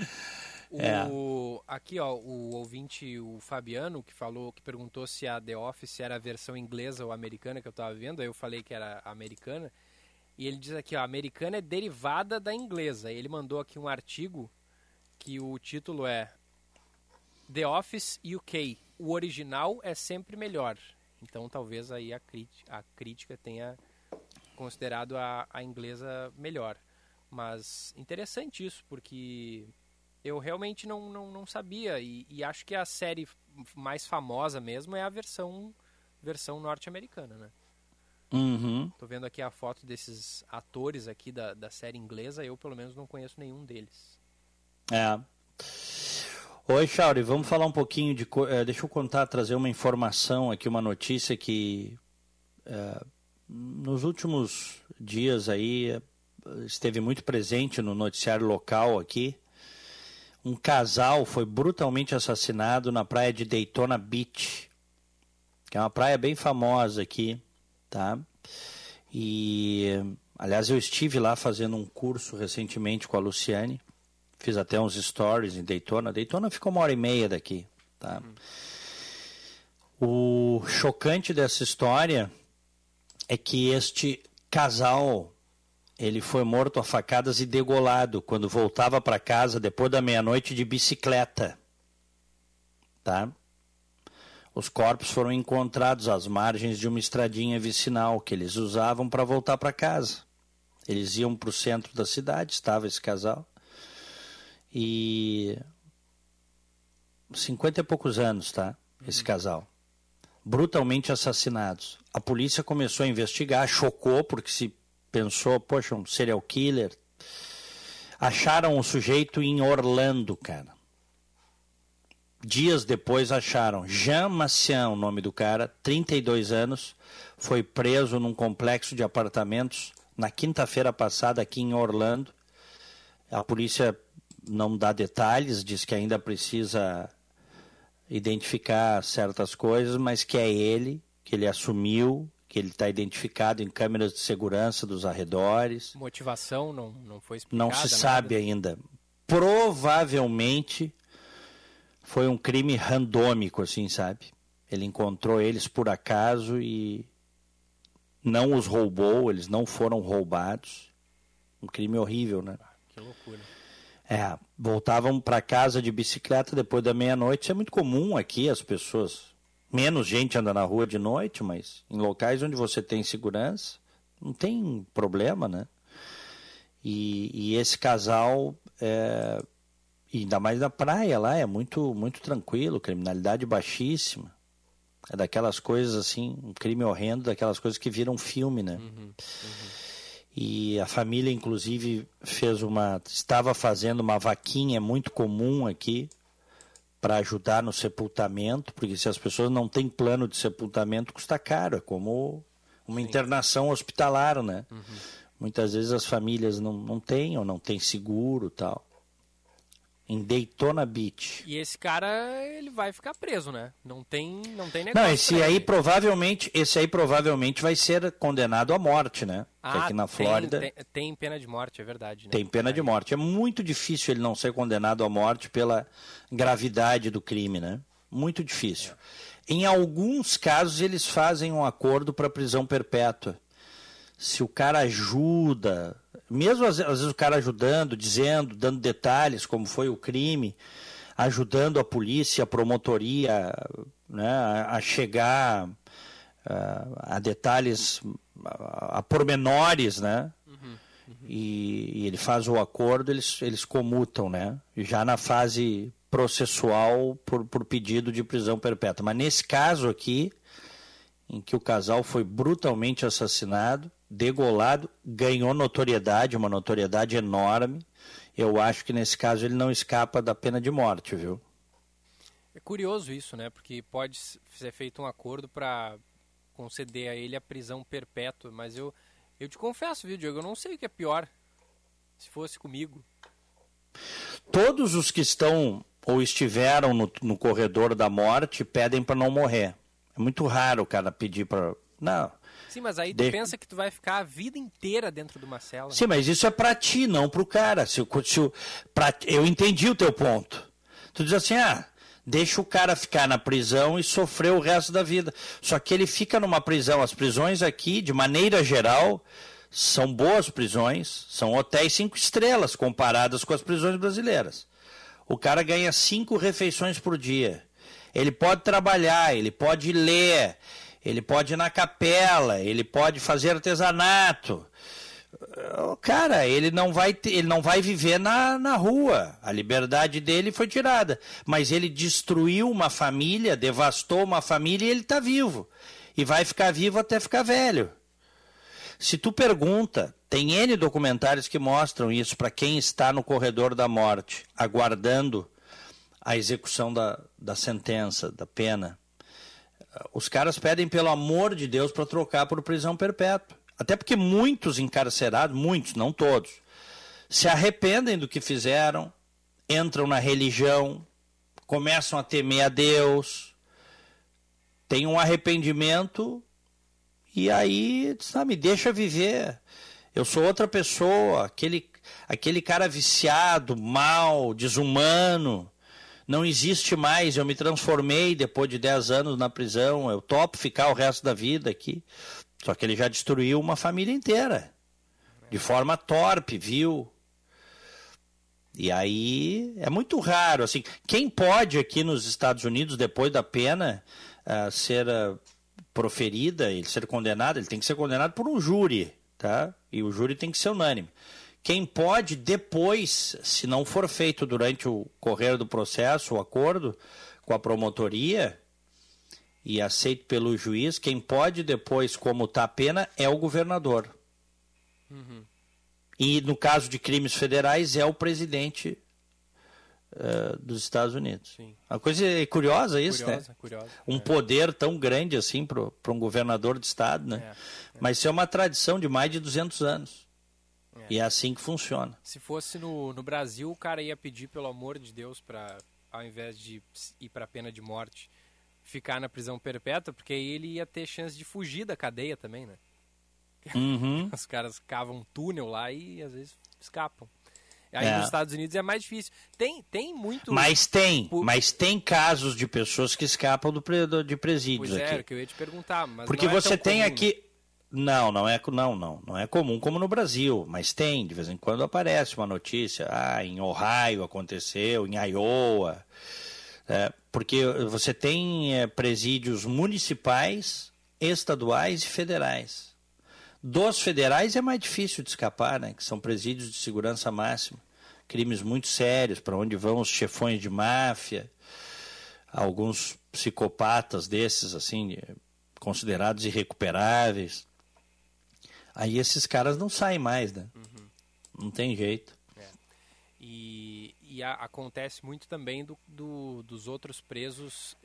não. Aqui, ó, o ouvinte, o Fabiano, que perguntou se a The Office era a versão inglesa ou americana que eu tava vendo, aí eu falei que era americana, e ele diz aqui, ó, a americana é derivada da inglesa. Ele mandou aqui um artigo que o título é The Office UK, o original é sempre melhor. Então talvez aí a crítica tenha considerado a inglesa melhor. Mas interessante isso, porque... Eu realmente não sabia e acho que a série mais famosa mesmo é a versão norte-americana, né? Tô vendo aqui a foto desses atores aqui da série inglesa, eu pelo menos não conheço nenhum deles. Oi, Chauri, vamos falar um pouquinho de... deixa eu trazer uma informação aqui, uma notícia que nos últimos dias aí esteve muito presente no noticiário local aqui. Um casal foi brutalmente assassinado na praia de Daytona Beach, que é uma praia bem famosa aqui, tá? E, aliás, eu estive lá fazendo um curso recentemente com a Luciane, fiz até uns stories em Daytona. Daytona fica 1h30 daqui, tá? O chocante dessa história é que este casal... Ele foi morto a facadas e degolado quando voltava para casa depois da meia-noite de bicicleta. Tá? Os corpos foram encontrados às margens de uma estradinha vicinal que eles usavam para voltar para casa. Eles iam para o centro da cidade, estava esse casal. E 50 e poucos anos, tá? Esse casal. Brutalmente assassinados. A polícia começou a investigar, chocou porque se pensou, poxa, um serial killer. Acharam o sujeito em Orlando, cara. Dias depois acharam Jean Macian, o nome do cara, 32 anos, foi preso num complexo de apartamentos na quinta-feira passada aqui em Orlando. A polícia não dá detalhes, diz que ainda precisa identificar certas coisas, mas que é ele, que ele assumiu, que ele está identificado em câmeras de segurança dos arredores. Motivação não foi explicada? Não se sabe ainda. Provavelmente foi um crime randômico, assim, sabe? Ele encontrou eles por acaso e não os roubou, eles não foram roubados. Um crime horrível, né? Que loucura. Voltavam para casa de bicicleta depois da meia-noite. Isso é muito comum aqui, as pessoas... Menos gente anda na rua de noite, mas em locais onde você tem segurança, não tem problema, né? E esse casal... ainda mais na praia lá, é muito, muito tranquilo, criminalidade baixíssima. É daquelas coisas assim, um crime horrendo, daquelas coisas que viram filme, né? E a família, inclusive, estava fazendo uma vaquinha muito comum aqui para ajudar no sepultamento, porque se as pessoas não têm plano de sepultamento, custa caro, é como uma internação hospitalar, né? Muitas vezes as famílias não têm ou não têm seguro e tal. Em Daytona Beach. E esse cara, ele vai ficar preso, né? Não tem negócio. Não, esse aí provavelmente vai ser condenado à morte, né? Aqui na Flórida tem pena de morte, é verdade. Né? Tem pena de morte. É muito difícil ele não ser condenado à morte pela gravidade do crime, né? Muito difícil. Em alguns casos eles fazem um acordo para prisão perpétua. Se o cara ajuda, mesmo às vezes o cara ajudando, dizendo, dando detalhes como foi o crime, ajudando a polícia, a promotoria, né, a chegar a detalhes, a pormenores, né? E ele faz o acordo, eles comutam, né? Já na fase processual por pedido de prisão perpétua. Mas nesse caso aqui, em que o casal foi brutalmente assassinado, degolado, ganhou notoriedade, uma notoriedade enorme. Eu acho que nesse caso ele não escapa da pena de morte, viu? É curioso isso, né? Porque pode ser feito um acordo para conceder a ele a prisão perpétua, mas eu te confesso, viu, Diego, eu não sei o que é pior, se fosse comigo. Todos os que estão ou estiveram no corredor da morte pedem para não morrer. É muito raro o cara pedir para... Não. Sim, mas aí tu pensa que tu vai ficar a vida inteira dentro de uma cela. Sim, mas isso é para ti, não para o cara. Eu entendi o teu ponto. Tu diz assim, deixa o cara ficar na prisão e sofrer o resto da vida. Só que ele fica numa prisão. As prisões aqui, de maneira geral, são boas prisões, são hotéis 5 estrelas comparadas com as prisões brasileiras. O cara ganha 5 refeições por dia. Ele pode trabalhar, ele pode ler, ele pode ir na capela, ele pode fazer artesanato. Cara, ele não vai viver na rua. A liberdade dele foi tirada. Mas ele destruiu uma família, devastou uma família e ele está vivo. E vai ficar vivo até ficar velho. Se tu pergunta, tem N documentários que mostram isso para quem está no corredor da morte, aguardando a execução da sentença, da pena. Os caras pedem, pelo amor de Deus, para trocar por prisão perpétua. Até porque muitos encarcerados, muitos, não todos, se arrependem do que fizeram, entram na religião, começam a temer a Deus, têm um arrependimento e aí, sabe, deixa viver. Eu sou outra pessoa, aquele cara viciado, mau, desumano, não existe mais, eu me transformei depois de 10 anos na prisão, eu topo ficar o resto da vida aqui. Só que ele já destruiu uma família inteira, de forma torpe, viu? E aí é muito raro, assim, quem pode aqui nos Estados Unidos, depois da pena ser proferida, ele ser condenado, ele tem que ser condenado por um júri, tá? E o júri tem que ser unânime. Quem pode depois, se não for feito durante o correr do processo, o acordo com a promotoria e aceito pelo juiz, quem pode depois comutar a pena é o governador. E no caso de crimes federais é o presidente dos Estados Unidos. Sim. Uma coisa curiosa isso, Curiosa, né? curiosa. Um poder tão grande assim para um governador de estado, né? Mas isso é uma tradição de mais de 200 anos. E é assim que funciona. Se fosse no Brasil, o cara ia pedir, pelo amor de Deus, para, ao invés de ir para a pena de morte, ficar na prisão perpétua, porque aí ele ia ter chance de fugir da cadeia também, né? Uhum. Os caras cavam um túnel lá e às vezes escapam. Aí nos Estados Unidos é mais difícil. Tem muito... Mas tem casos de pessoas que escapam de presídios aqui. Pois é, aqui. que eu ia te perguntar, mas porque não é você tão tem comum. aqui... Não é comum como no Brasil, mas tem, de vez em quando aparece uma notícia, em Ohio aconteceu, em Iowa, porque você tem presídios municipais, estaduais e federais. Dos federais é mais difícil de escapar, né? Que são presídios de segurança máxima, crimes muito sérios, para onde vão os chefões de máfia, alguns psicopatas desses, assim, considerados irrecuperáveis. Aí esses caras não saem mais, né? Não tem jeito. E acontece muito também dos outros presos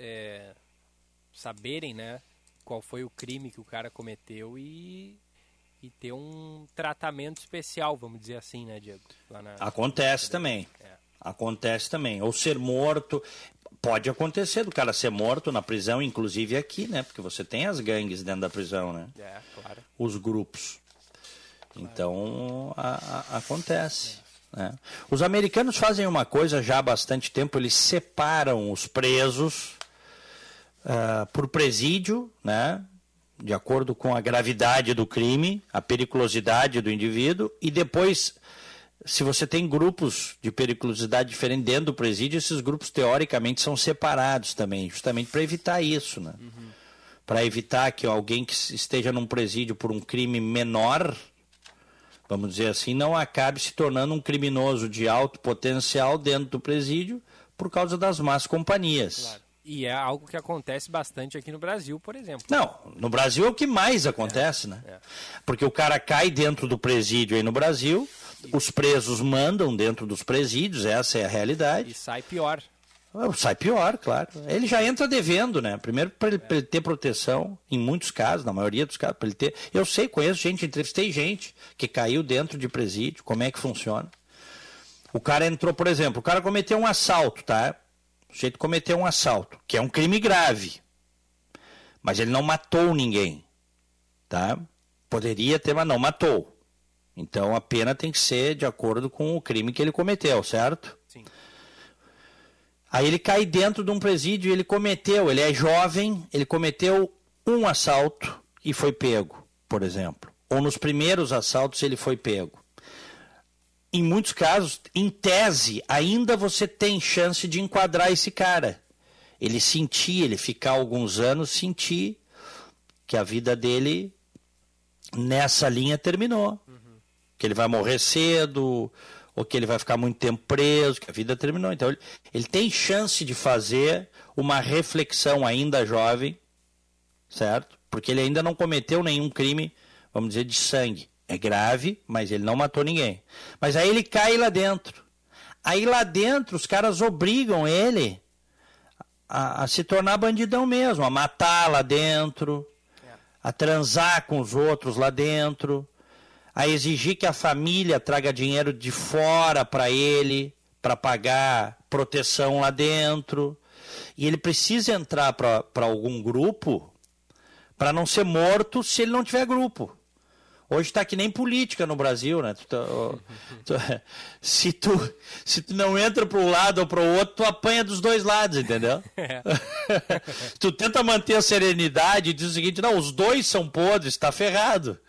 saberem, né, qual foi o crime que o cara cometeu e ter um tratamento especial, vamos dizer assim, né, Diego? Acontece também. Acontece também. Ou ser morto. Pode acontecer do cara ser morto na prisão, inclusive aqui, né? Porque você tem as gangues dentro da prisão, né? Claro. Os grupos. Claro. Então, acontece. Né? Os americanos fazem uma coisa já há bastante tempo, eles separam os presos por presídio, né? De acordo com a gravidade do crime, a periculosidade do indivíduo, e depois, se você tem grupos de periculosidade diferente dentro do presídio, esses grupos teoricamente são separados também, justamente para evitar isso, né? Para evitar que alguém que esteja num presídio por um crime menor, vamos dizer assim, não acabe se tornando um criminoso de alto potencial dentro do presídio por causa das más companhias. Claro. E é algo que acontece bastante aqui no Brasil, por exemplo. Não, no Brasil é o que mais acontece, né? Porque o cara cai dentro do presídio aí no Brasil, os presos mandam dentro dos presídios, essa é a realidade. E sai pior. Sai pior, claro. Ele já entra devendo, né? Primeiro para ele ter proteção, em muitos casos, na maioria dos casos, para ele ter... Eu sei, conheço gente, entrevistei gente que caiu dentro de presídio, como é que funciona. O cara entrou, por exemplo, o cara cometeu um assalto, tá? O sujeito cometeu um assalto, que é um crime grave. Mas ele não matou ninguém, tá? Poderia ter, mas não matou. Então a pena tem que ser de acordo com o crime que ele cometeu, certo? Sim. Aí ele cai dentro de um presídio e ele é jovem, ele cometeu um assalto e foi pego, por exemplo. Ou nos primeiros assaltos ele foi pego. Em muitos casos, em tese, ainda você tem chance de enquadrar esse cara. Ele ficar alguns anos, sentir que a vida dele nessa linha terminou. Que ele vai morrer cedo, ou que ele vai ficar muito tempo preso, que a vida terminou. Então ele tem chance de fazer uma reflexão ainda jovem, certo? Porque ele ainda não cometeu nenhum crime, vamos dizer, de sangue. É grave, mas ele não matou ninguém. Mas aí ele cai lá dentro. Aí lá dentro os caras obrigam ele a se tornar bandidão mesmo, a matar lá dentro, a transar com os outros lá dentro, a exigir que a família traga dinheiro de fora para ele, para pagar proteção lá dentro. E ele precisa entrar para algum grupo para não ser morto se ele não tiver grupo. Hoje está que nem política no Brasil, né? Se tu não entra para um lado ou para o outro, tu apanha dos dois lados, entendeu? Tu tenta manter a serenidade e diz o seguinte, não, os dois são podres, está ferrado.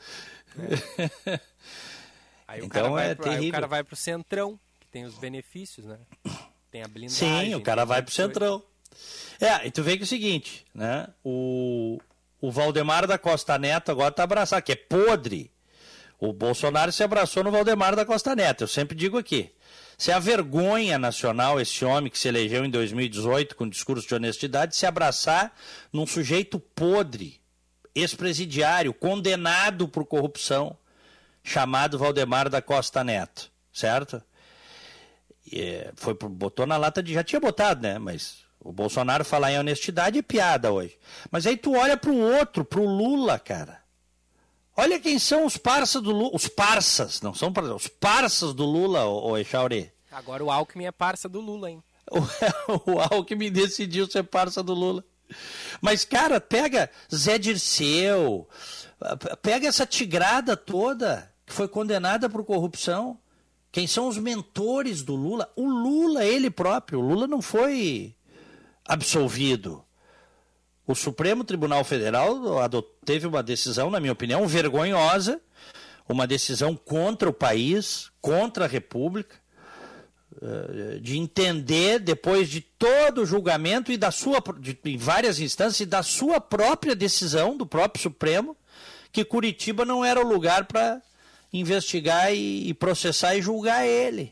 Aí então terrível. Aí o cara vai pro Centrão, que tem os benefícios, né? Tem a blindagem. Sim, o cara vai pro Centrão. E tu vê que é o seguinte, né? O Valdemar da Costa Neto agora está abraçado, que é podre. O Bolsonaro se abraçou no Valdemar da Costa Neto. Eu sempre digo aqui. Se a vergonha nacional, esse homem que se elegeu em 2018 com discurso de honestidade, se abraçar num sujeito podre, ex-presidiário, condenado por corrupção, chamado Valdemar da Costa Neto, certo? Botou na lata já tinha botado, né? Mas o Bolsonaro falar em honestidade é piada hoje. Mas aí tu olha pro outro, pro Lula, cara. Olha quem são os parças do Lula. Os parças, não são os parças do Lula, ô Echauri. Agora o Alckmin é parça do Lula, hein? O Alckmin decidiu ser parça do Lula. Mas, cara, pega Zé Dirceu, pega essa tigrada toda que foi condenada por corrupção. Quem são os mentores do Lula? O Lula, ele próprio. O Lula não foi absolvido. O Supremo Tribunal Federal teve uma decisão, na minha opinião, vergonhosa, uma decisão contra o país, contra a República, de entender, depois de todo o julgamento e em várias instâncias, e da sua própria decisão, do próprio Supremo, que Curitiba não era o lugar para investigar e processar e julgar ele.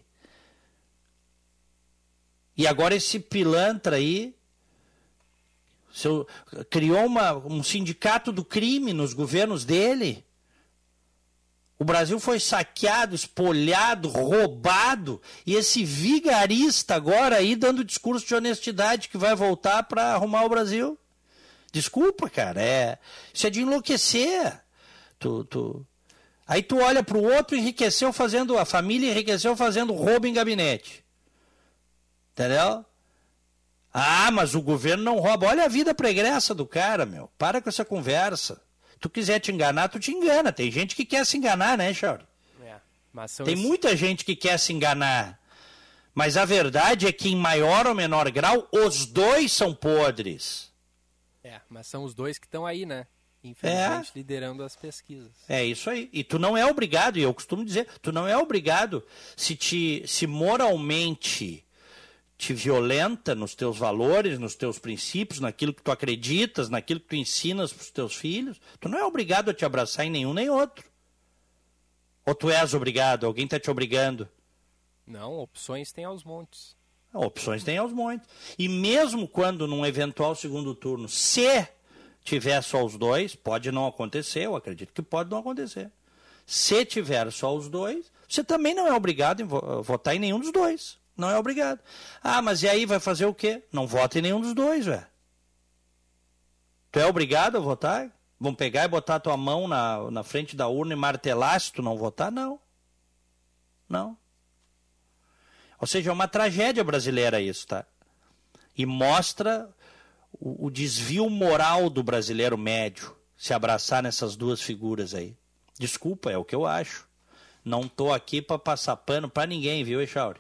E agora esse pilantra aí criou um sindicato do crime nos governos dele. O Brasil foi saqueado, espolhado, roubado, e esse vigarista agora aí dando discurso de honestidade que vai voltar para arrumar o Brasil. Desculpa, cara, isso é de enlouquecer. Aí tu olha para o outro, a família enriqueceu fazendo roubo em gabinete. Entendeu? Ah, mas o governo não rouba. Olha a vida pregressa do cara, meu. Para com essa conversa. Tu quiser te enganar, tu te engana. Tem gente que quer se enganar, né, Chauri? Tem muita gente que quer se enganar. Mas a verdade é que, em maior ou menor grau, os dois são podres. Mas são os dois que estão aí, né? Infelizmente, liderando as pesquisas. É isso aí. E tu não é obrigado, e eu costumo dizer, tu não é obrigado, se moralmente te violenta nos teus valores, nos teus princípios, naquilo que tu acreditas, naquilo que tu ensinas para os teus filhos, tu não é obrigado a te abraçar em nenhum nem outro. Ou tu és obrigado, alguém está te obrigando? Não, opções tem aos montes. Opções tem aos montes. E mesmo quando num eventual segundo turno, se tiver só os dois, pode não acontecer, eu acredito que pode não acontecer. Se tiver só os dois, você também não é obrigado a votar em nenhum dos dois. Não é obrigado. Ah, mas e aí vai fazer o quê? Não vota em nenhum dos dois, velho. Tu é obrigado a votar? Vão pegar e botar tua mão na frente da urna e martelar se tu não votar? Não. Não. Ou seja, é uma tragédia brasileira isso, tá? E mostra o desvio moral do brasileiro médio se abraçar nessas duas figuras aí. Desculpa, é o que eu acho. Não tô aqui para passar pano para ninguém, viu, Echauri?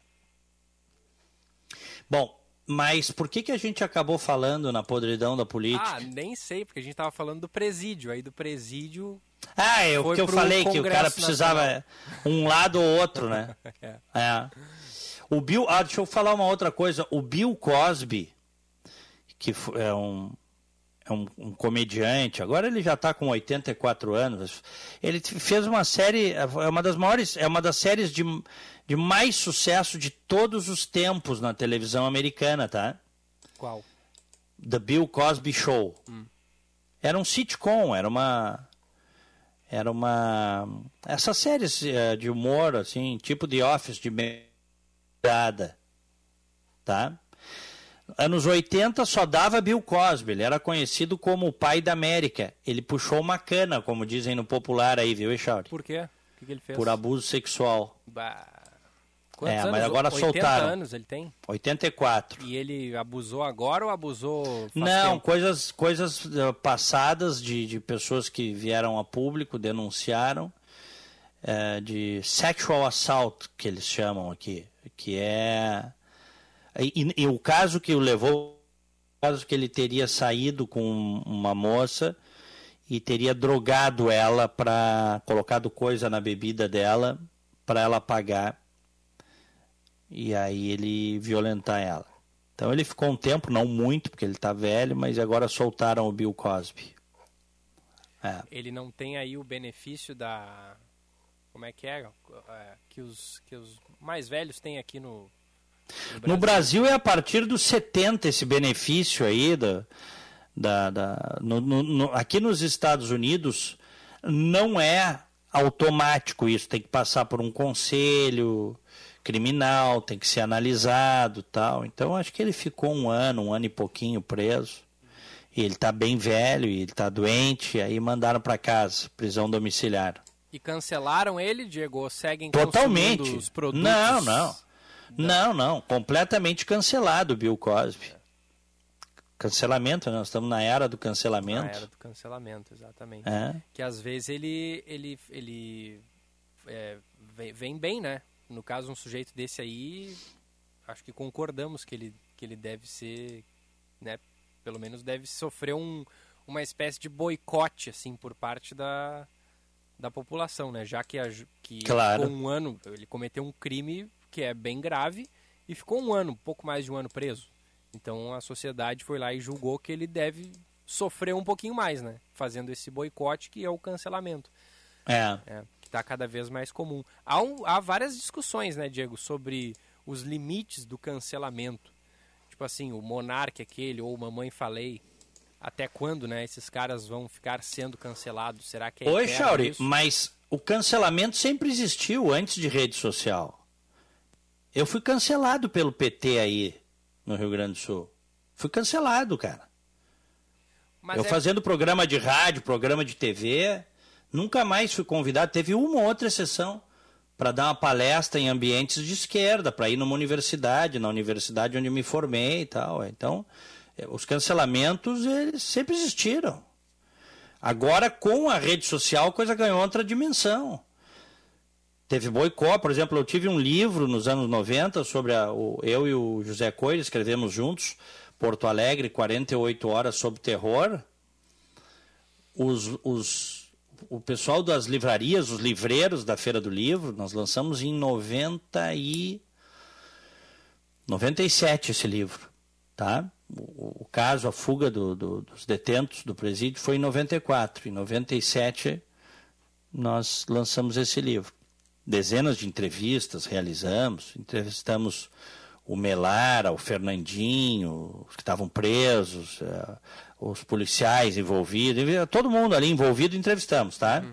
Bom, mas por que a gente acabou falando na podridão da política? Nem sei, porque a gente estava falando do presídio. Aí do presídio... O que eu falei, que o cara precisava um lado ou outro, né? O Bill... deixa eu falar uma outra coisa. O Bill Cosby, que é um comediante, agora ele já está com 84 anos, ele fez uma série, é uma das séries de mais sucesso de todos os tempos na televisão americana, tá? Qual? The Bill Cosby Show. Era um sitcom, era uma essas séries de humor, assim, tipo The Office, de meada, tá? Anos 80 só dava Bill Cosby, ele era conhecido como o pai da América. Ele puxou uma cana, como dizem no popular aí, viu, Echauri? Por quê? O que ele fez? Por abuso sexual. Quantos anos? Mas agora 80 soltaram. anos ele tem? 84. E ele abusou agora ou abusou faz Não, tempo? coisas passadas de pessoas que vieram a público, denunciaram, de sexual assault, que eles chamam aqui, que é... E o caso que o levou, o caso que ele teria saído com uma moça e teria drogado ela, colocado coisa na bebida dela para ela pagar, e aí ele violentar ela. Então ele ficou um tempo, não muito, porque ele está velho, mas agora soltaram o Bill Cosby. Ele não tem aí o benefício da... Como é que é? Que os mais velhos têm aqui no Brasil. No Brasil é a partir dos 70 esse benefício aí. Aqui nos Estados Unidos não é automático isso, tem que passar por um conselho criminal, tem que ser analisado, tal. Então acho que ele ficou um ano e pouquinho preso. E ele está bem velho, e ele está doente, aí mandaram para casa, prisão domiciliar. E cancelaram ele, Diego? Seguem totalmente consumindo os produtos? Não, completamente cancelado o Bill Cosby. Cancelamento, nós estamos na era do cancelamento. Na era do cancelamento, exatamente. Que às vezes ele vem bem, né? No caso, um sujeito desse aí, acho que concordamos que ele deve ser, né? Pelo menos deve sofrer uma espécie de boicote, assim, por parte da população, né? Já que claro. Ficou um ano, ele cometeu um crime que é bem grave e ficou um pouco mais de um ano preso. Então a sociedade foi lá e julgou que ele deve sofrer um pouquinho mais, né? Fazendo esse boicote que é o cancelamento. Que está cada vez mais comum. Há várias discussões, né, Diego, sobre os limites do cancelamento. Tipo assim, o Monark aquele, ou Mamãe Falei, até quando, né, esses caras vão ficar sendo cancelados? Será que é Oi, eterno Chauri, isso? mas o cancelamento sempre existiu antes de rede social. Eu fui cancelado pelo PT aí, no Rio Grande do Sul. Fui cancelado, cara. Mas fazendo programa de rádio, programa de TV, nunca mais fui convidado. Teve uma ou outra exceção para dar uma palestra em ambientes de esquerda, para ir numa universidade, na universidade onde eu me formei e tal. Então, os cancelamentos, eles sempre existiram. Agora, com a rede social, a coisa ganhou outra dimensão. Teve boicote, por exemplo, eu tive um livro nos anos 90 sobre eu e o José Coelho, escrevemos juntos, Porto Alegre, 48 horas sobre terror. O pessoal das livrarias, os livreiros da Feira do Livro, nós lançamos em 97 esse livro, tá? O caso, a fuga dos detentos do presídio foi em 94. Em 97 nós lançamos esse livro. Dezenas de entrevistas entrevistamos o Melara, o Fernandinho, os que estavam presos, os policiais envolvidos, todo mundo ali envolvido entrevistamos, tá?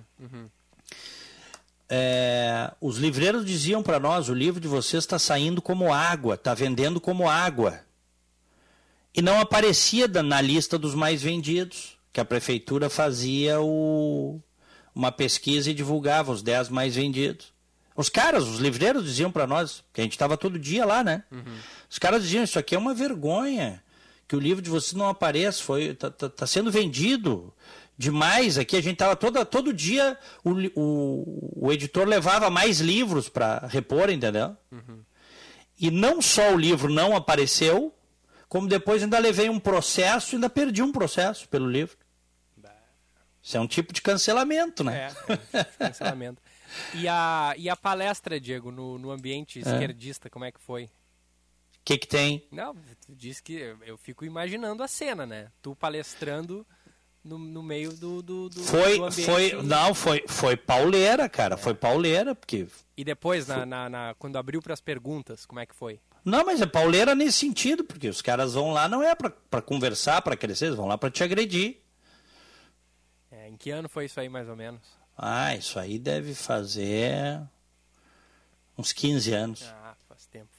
Os livreiros diziam para nós, o livro de vocês está saindo como água, está vendendo como água. E não aparecia na lista dos mais vendidos, que a prefeitura fazia uma pesquisa e divulgava os 10 mais vendidos. Os livreiros diziam para nós, que a gente estava todo dia lá, né? Os caras diziam, isso aqui é uma vergonha, que o livro de vocês não apareça, tá sendo vendido demais aqui. A gente estava todo dia, o editor levava mais livros para repor, entendeu? E não só o livro não apareceu, como depois ainda levei um processo, ainda perdi um processo pelo livro. Isso é um tipo de cancelamento, né? É um tipo de cancelamento. E a palestra, Diego, no ambiente esquerdista, como é que foi? O que tem? Não, tu disse que eu fico imaginando a cena, né? Tu palestrando no meio do ambiente. Foi pauleira, cara. Foi pauleira, porque... E depois, quando abriu para as perguntas, como é que foi? Não, mas é pauleira nesse sentido, porque os caras vão lá, não é para conversar, para crescer, eles vão lá para te agredir. Em que ano foi isso aí, mais ou menos? Isso aí deve fazer uns 15 anos. Faz tempo.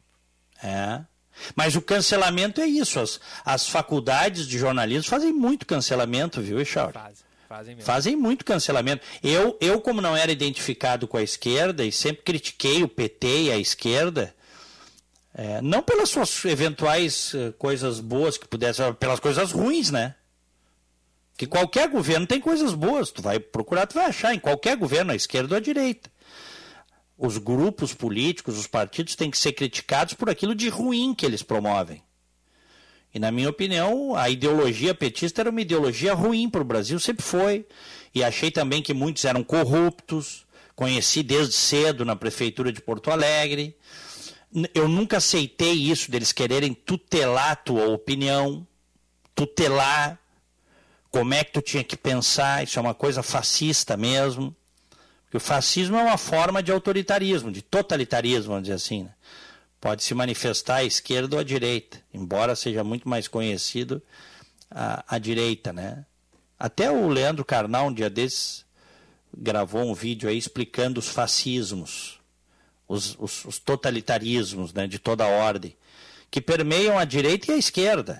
Mas o cancelamento é isso. As faculdades de jornalismo fazem muito cancelamento, viu, Echauri? Fazem mesmo. Fazem muito cancelamento. Eu, como não era identificado com a esquerda e sempre critiquei o PT e a esquerda, não pelas suas eventuais coisas boas que pudessem, pelas coisas ruins, né? Que qualquer governo tem coisas boas, tu vai procurar, tu vai achar, em qualquer governo, à esquerda ou à direita. Os grupos políticos, os partidos têm que ser criticados por aquilo de ruim que eles promovem. E na minha opinião, a ideologia petista era uma ideologia ruim para o Brasil, sempre foi. E achei também que muitos eram corruptos, conheci desde cedo na prefeitura de Porto Alegre. Eu nunca aceitei isso deles quererem tutelar a tua opinião, tutelar como é que tu tinha que pensar, isso é uma coisa fascista mesmo. Porque o fascismo é uma forma de autoritarismo, de totalitarismo, vamos dizer assim, né? Pode se manifestar à esquerda ou à direita, embora seja muito mais conhecido a direita, né? Até o Leandro Carnal, um dia desses, gravou um vídeo aí explicando os fascismos. os totalitarismos, né, de toda ordem, que permeiam a direita e a esquerda.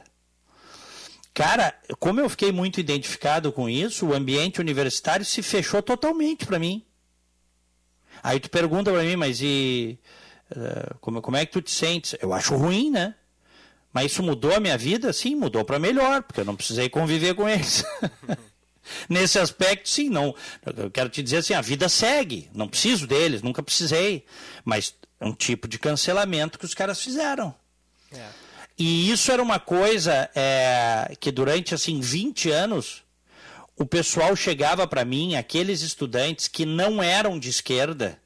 Cara, como eu fiquei muito identificado com isso, o ambiente universitário se fechou totalmente para mim. Aí tu pergunta para mim, mas como é que tu te sentes? Eu acho ruim, né? Mas isso mudou a minha vida? Sim, mudou para melhor, porque eu não precisei conviver com eles. Nesse aspecto, sim, não. Eu quero te dizer assim, a vida segue, não preciso deles, nunca precisei. Mas é um tipo de cancelamento que os caras fizeram. E isso era uma coisa que durante, assim, 20 anos, o pessoal chegava para mim, aqueles estudantes que não eram de esquerda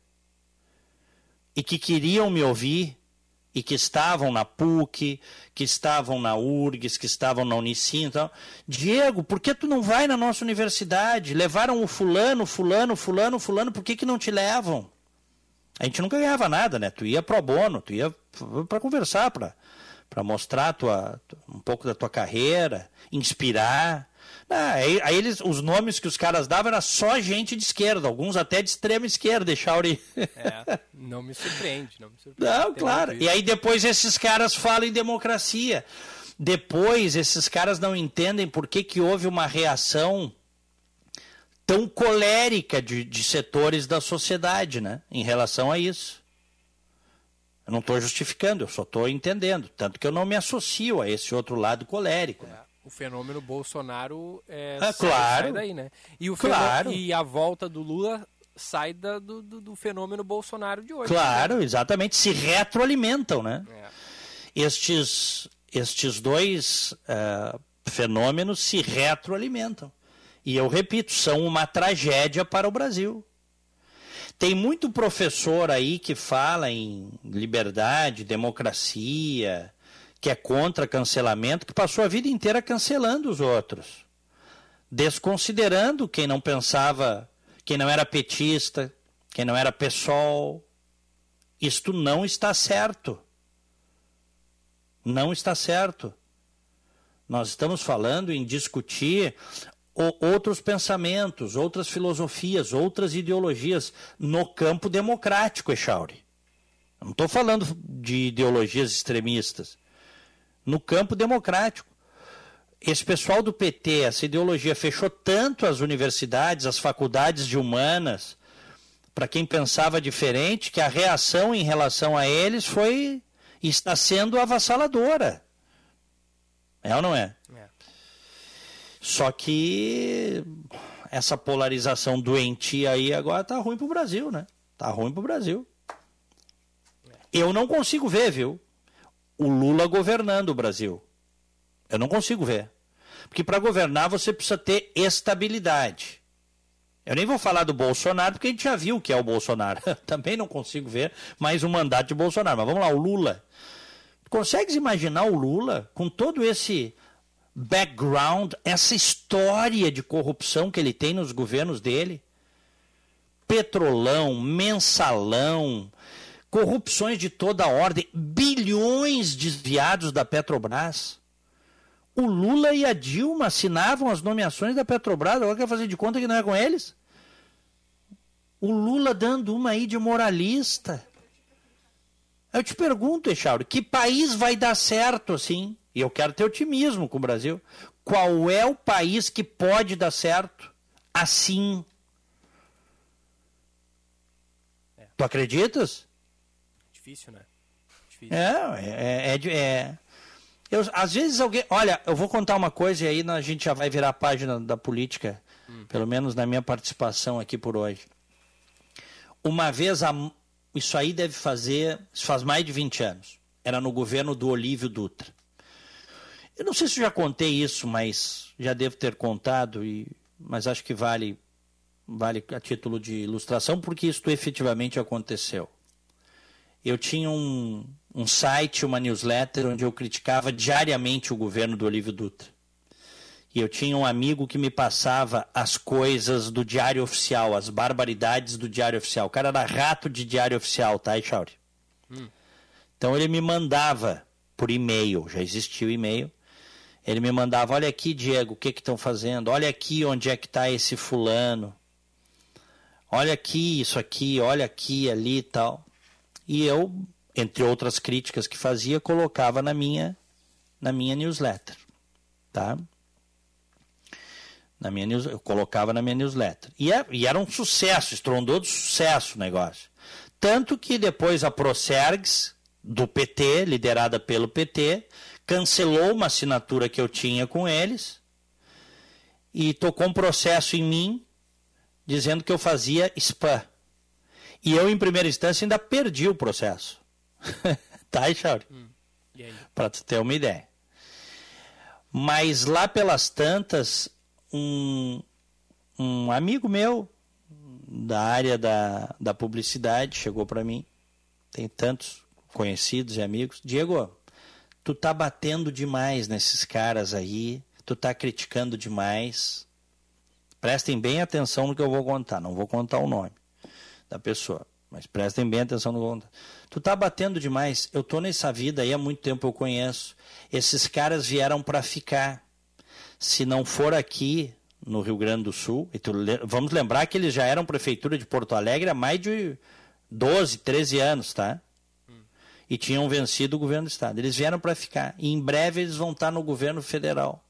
e que queriam me ouvir, e que estavam na PUC, que estavam na URGS, que estavam na Unicim, então, Diego, por que tu não vai na nossa universidade? Levaram o fulano, por que não te levam? A gente nunca ganhava nada, né? Tu ia pro bono, tu ia para conversar, para mostrar um pouco da tua carreira, inspirar. Aí os nomes que os caras davam era só gente de esquerda, alguns até de extrema esquerda, Chauri. Não me surpreende. Não, claro. E aí depois esses caras falam em democracia. Depois esses caras não entendem por que houve uma reação tão colérica de setores da sociedade, né, em relação a isso. Eu não estou justificando, eu só estou entendendo. Tanto que eu não me associo a esse outro lado colérico. Né? O fenômeno Bolsonaro claro, sai daí, né? E, e a volta do Lula sai do fenômeno Bolsonaro de hoje. Claro, né? Exatamente. Se retroalimentam, né? Estes dois fenômenos se retroalimentam. E eu repito, são uma tragédia para o Brasil. Tem muito professor aí que fala em liberdade, democracia, que é contra cancelamento, que passou a vida inteira cancelando os outros, desconsiderando quem não pensava, quem não era petista, quem não era PSOL. Isto não está certo. Não está certo. Nós estamos falando em discutir outros pensamentos, outras filosofias, outras ideologias no campo democrático, Echauri. Não estou falando de ideologias extremistas. No campo democrático. Esse pessoal do PT, essa ideologia, fechou tanto as universidades, as faculdades de humanas, para quem pensava diferente, que a reação em relação a eles está sendo avassaladora. É ou não é? Só que essa polarização doentia aí agora tá ruim pro Brasil, né? Tá ruim pro Brasil. Eu não consigo ver, viu? O Lula governando o Brasil. Eu não consigo ver. Porque para governar você precisa ter estabilidade. Eu nem vou falar do Bolsonaro, porque a gente já viu o que é o Bolsonaro. Também não consigo ver mais um mandato de Bolsonaro. Mas vamos lá, o Lula. Consegues imaginar o Lula com todo esse background, essa história de corrupção que ele tem nos governos dele? Petrolão, mensalão, corrupções de toda ordem, bilhões desviados da Petrobras. O Lula e a Dilma assinavam as nomeações da Petrobras, agora quer fazer de conta que não é com eles? O Lula dando uma aí de moralista. Eu te pergunto, Echauri, que país vai dar certo assim? E eu quero ter otimismo com o Brasil. Qual é o país que pode dar certo assim? Tu acreditas? Difícil, né? Difícil. Às vezes alguém... Olha, eu vou contar uma coisa e aí a gente já vai virar a página da política, pelo menos na minha participação aqui por hoje. Uma vez, isso aí faz mais de 20 anos. Era no governo do Olívio Dutra. Eu não sei se eu já contei isso, mas já devo ter contado, mas acho que vale a título de ilustração, porque isso efetivamente aconteceu. Eu tinha um site, uma newsletter, onde eu criticava diariamente o governo do Olívio Dutra. E eu tinha um amigo que me passava as coisas do Diário Oficial, as barbaridades do Diário Oficial. O cara era rato de Diário Oficial, tá, Echauri? Então ele me mandava por e-mail, já existia o e-mail. Ele me mandava, olha aqui, Diego, o que estão fazendo? Olha aqui onde é que está esse fulano. Olha aqui, isso aqui, olha aqui, ali e tal. e eu, entre outras críticas que fazia, colocava na minha newsletter, tá? Eu colocava na minha newsletter. E era um sucesso, estrondoso sucesso o negócio. Tanto que depois a Procergs, do PT, liderada pelo PT, cancelou uma assinatura que eu tinha com eles e tocou um processo em mim dizendo que eu fazia spam. E eu, em primeira instância, ainda perdi o processo. Tá, Chauri? Para tu ter uma ideia. Mas lá pelas tantas, um amigo meu da área da publicidade chegou para mim, tem tantos conhecidos e amigos, Diego, tu tá batendo demais nesses caras aí, tu tá criticando demais, prestem bem atenção no que eu vou contar, não vou contar o nome da pessoa, mas prestem bem atenção no que eu vou contar. Tu tá batendo demais, eu tô nessa vida aí há muito tempo, eu conheço, esses caras vieram para ficar, se não for aqui no Rio Grande do Sul, vamos lembrar que eles já eram prefeitura de Porto Alegre há mais de 12, 13 anos, tá? E tinham vencido o governo do estado. Eles vieram para ficar. E em breve eles vão estar no governo federal.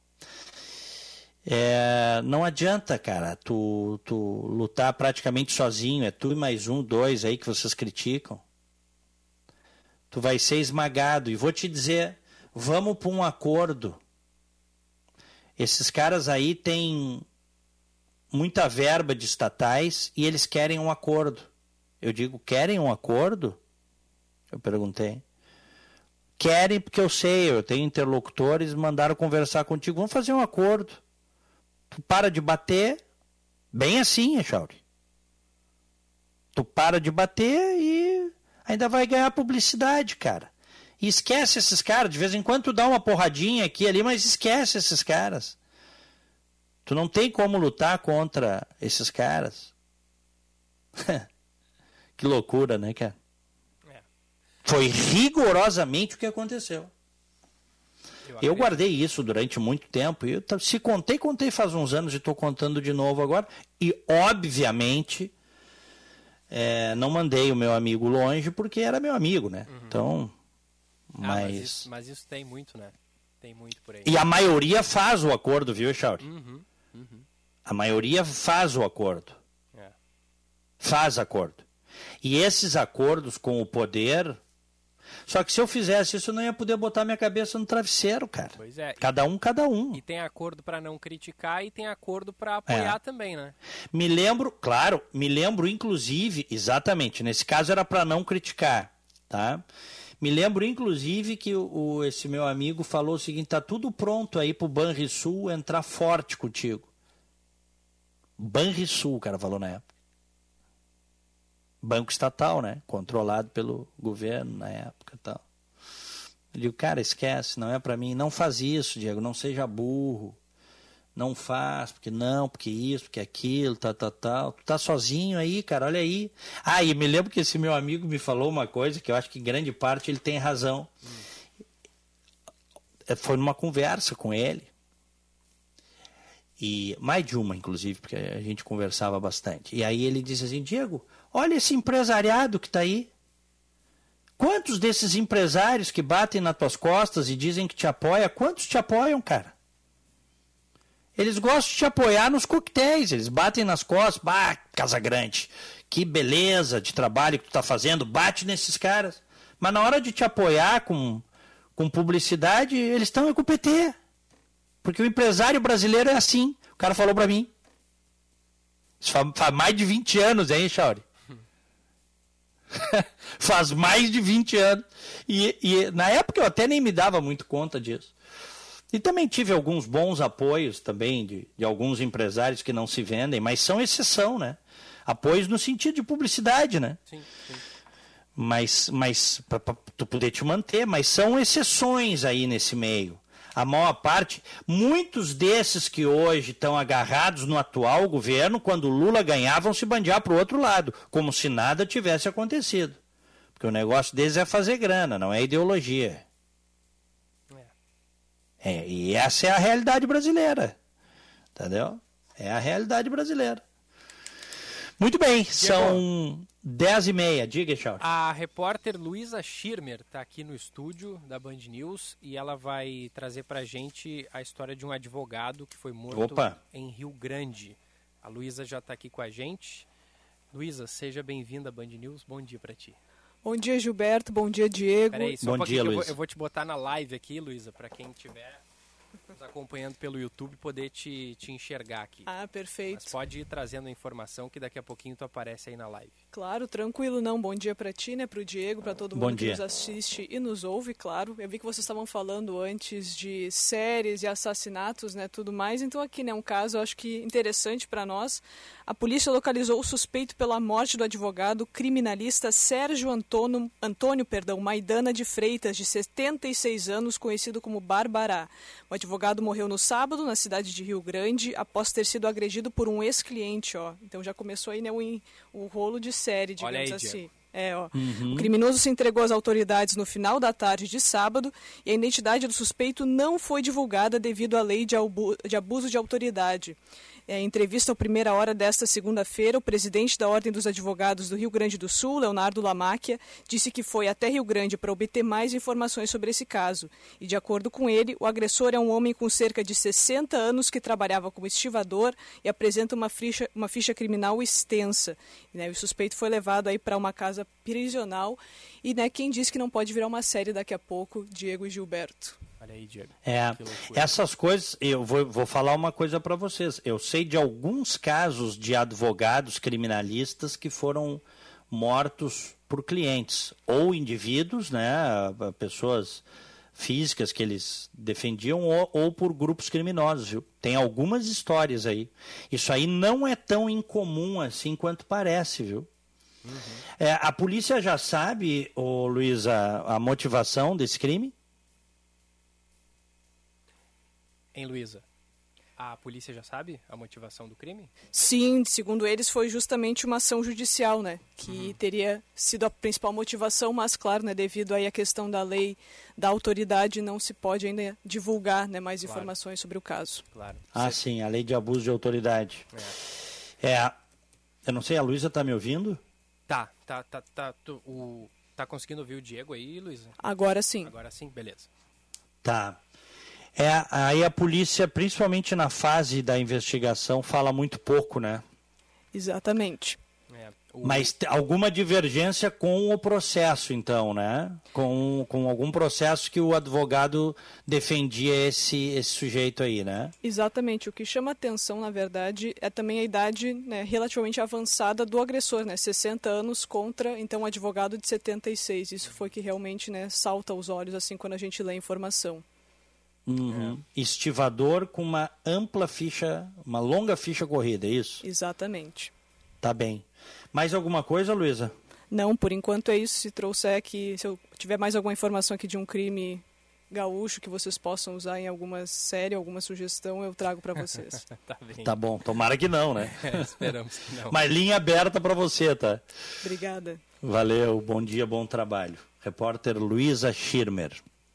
Não adianta, cara, tu lutar praticamente sozinho. É tu e mais um, dois aí que vocês criticam. Tu vai ser esmagado. E vou te dizer, vamos para um acordo. Esses caras aí têm muita verba de estatais e eles querem um acordo. Eu digo, querem um acordo? Eu perguntei. Querem porque eu sei, eu tenho interlocutores, mandaram conversar contigo. Vamos fazer um acordo. Tu para de bater, bem assim, Echauri. Tu para de bater e ainda vai ganhar publicidade, cara. E esquece esses caras, de vez em quando tu dá uma porradinha aqui e ali, mas esquece esses caras. Tu não tem como lutar contra esses caras. Que loucura, né, cara? Foi rigorosamente o que aconteceu. Eu guardei isso durante muito tempo. E se contei faz uns anos e estou contando de novo agora. E, obviamente, não mandei o meu amigo longe porque era meu amigo, né? Uhum. Então... Mas isso tem muito, né? Tem muito por aí. E a maioria faz o acordo, viu, Chauri? A maioria faz o acordo. Faz acordo. E esses acordos com o poder... Só que se eu fizesse isso, eu não ia poder botar minha cabeça no travesseiro, cara. Pois é. Cada um. E tem acordo para não criticar e tem acordo para apoiar também, né? Me lembro, inclusive, exatamente, nesse caso era para não criticar, tá? Me lembro, inclusive, que esse meu amigo falou o seguinte, tá tudo pronto aí pro Banrisul entrar forte contigo. Banrisul, o cara falou na época. Banco estatal, né? Controlado pelo governo na época e tal. Eu digo, cara, esquece, não é pra mim. Não faz isso, Diego, não seja burro. Não faz, porque isso, porque aquilo, tal. Tu tá sozinho aí, cara, olha aí. Ah, e me lembro que esse meu amigo me falou uma coisa que eu acho que em grande parte ele tem razão. Foi numa conversa com ele. E mais de uma, inclusive, porque a gente conversava bastante. E aí ele disse assim, Diego, olha esse empresariado que está aí. Quantos desses empresários que batem nas tuas costas e dizem que te apoiam, quantos te apoiam, cara? Eles gostam de te apoiar nos coquetéis, eles batem nas costas, Casagrande, que beleza de trabalho que tu está fazendo, bate nesses caras. Mas na hora de te apoiar com publicidade, eles estão com o PT. Porque o empresário brasileiro é assim. O cara falou para mim. Isso faz mais de 20 anos, hein, Chauri? Faz mais de 20 anos. E na época eu até nem me dava muito conta disso. E também tive alguns bons apoios também de alguns empresários que não se vendem, mas são exceção, né? Apoios no sentido de publicidade, né? Sim. Mas para tu poder te manter, mas são exceções aí nesse meio. A maior parte, muitos desses que hoje estão agarrados no atual governo, quando o Lula ganhar, vão se bandear para o outro lado, como se nada tivesse acontecido. Porque o negócio deles é fazer grana, não é ideologia. E essa é a realidade brasileira. Entendeu? É a realidade brasileira. Muito bem, são 10h30. Diga, Charles. A repórter Luísa Schirmer está aqui no estúdio da Band News e ela vai trazer para a gente a história de um advogado que foi morto em Rio Grande. A Luísa já está aqui com a gente. Luísa, seja bem-vinda à Band News. Bom dia para ti. Bom dia, Gilberto. Bom dia, Diego. Peraí, só um pouquinho, Luísa. Eu vou te botar na live aqui, Luísa, para quem estiver nos acompanhando pelo YouTube poder te enxergar aqui. Ah, perfeito. Mas pode ir trazendo a informação que daqui a pouquinho tu aparece aí na live. Claro, tranquilo, não. Bom dia para ti, né, para o Diego, para todo mundo que nos assiste e nos ouve, claro. Eu vi que vocês estavam falando antes de séries e assassinatos, né, tudo mais. Então aqui, né, um caso, eu acho que interessante para nós. A polícia localizou o suspeito pela morte do advogado criminalista Sérgio Antônio Maidana de Freitas, de 76 anos, conhecido como Barbará. O advogado morreu no sábado, na cidade de Rio Grande, após ter sido agredido por um ex-cliente, ó. Então já começou aí, né, o rolo de série, digamos assim. O criminoso se entregou às autoridades no final da tarde de sábado e a identidade do suspeito não foi divulgada devido à lei de abuso de autoridade. Em entrevista ao Primeira Hora desta segunda-feira, o presidente da Ordem dos Advogados do Rio Grande do Sul, Leonardo Lamáquia, disse que foi até Rio Grande para obter mais informações sobre esse caso. E, de acordo com ele, o agressor é um homem com cerca de 60 anos que trabalhava como estivador e apresenta uma ficha criminal extensa. O suspeito foi levado aí para uma casa prisional e quem disse que não pode virar uma série daqui a pouco, Diego e Gilberto. Olha aí, Diego. Essas coisas, eu vou falar uma coisa para vocês. Eu sei de alguns casos de advogados criminalistas que foram mortos por clientes, ou indivíduos, né, pessoas físicas que eles defendiam, ou por grupos criminosos, viu? Tem algumas histórias aí. Isso aí não é tão incomum assim quanto parece, viu? A polícia já sabe, Luiz, a motivação desse crime? Hein, Luísa? A polícia já sabe a motivação do crime? Sim, segundo eles foi justamente uma ação judicial, né? Que teria sido a principal motivação, mas claro, né, devido aí à questão da lei da autoridade, não se pode ainda divulgar, né, mais informações sobre o caso. Claro. Sim, a lei de abuso de autoridade. Eu não sei, a Luísa tá me ouvindo? Tá conseguindo ouvir o Diego aí, Luísa? Agora sim. Agora sim, beleza. Tá. Aí a polícia, principalmente na fase da investigação, fala muito pouco, né? Exatamente. Mas alguma divergência com o processo, então, né? Com algum processo que o advogado defendia esse sujeito aí, né? Exatamente. O que chama atenção, na verdade, é também a idade, né, relativamente avançada do agressor, né? 60 anos contra, então, um advogado de 76. Isso foi que realmente, né, salta aos olhos, assim, quando a gente lê a informação. Estivador com uma ampla ficha, uma longa ficha corrida, é isso? Exatamente. Tá bem. Mais alguma coisa, Luísa? Não, por enquanto é isso. Se trouxer aqui, se eu tiver mais alguma informação aqui de um crime gaúcho que vocês possam usar em alguma série, alguma sugestão, eu trago para vocês. Tá bom, tomara que não, né? Esperamos que não. Mas linha aberta para você, tá? Obrigada. Valeu, bom dia, bom trabalho. Repórter Luísa Schirmer.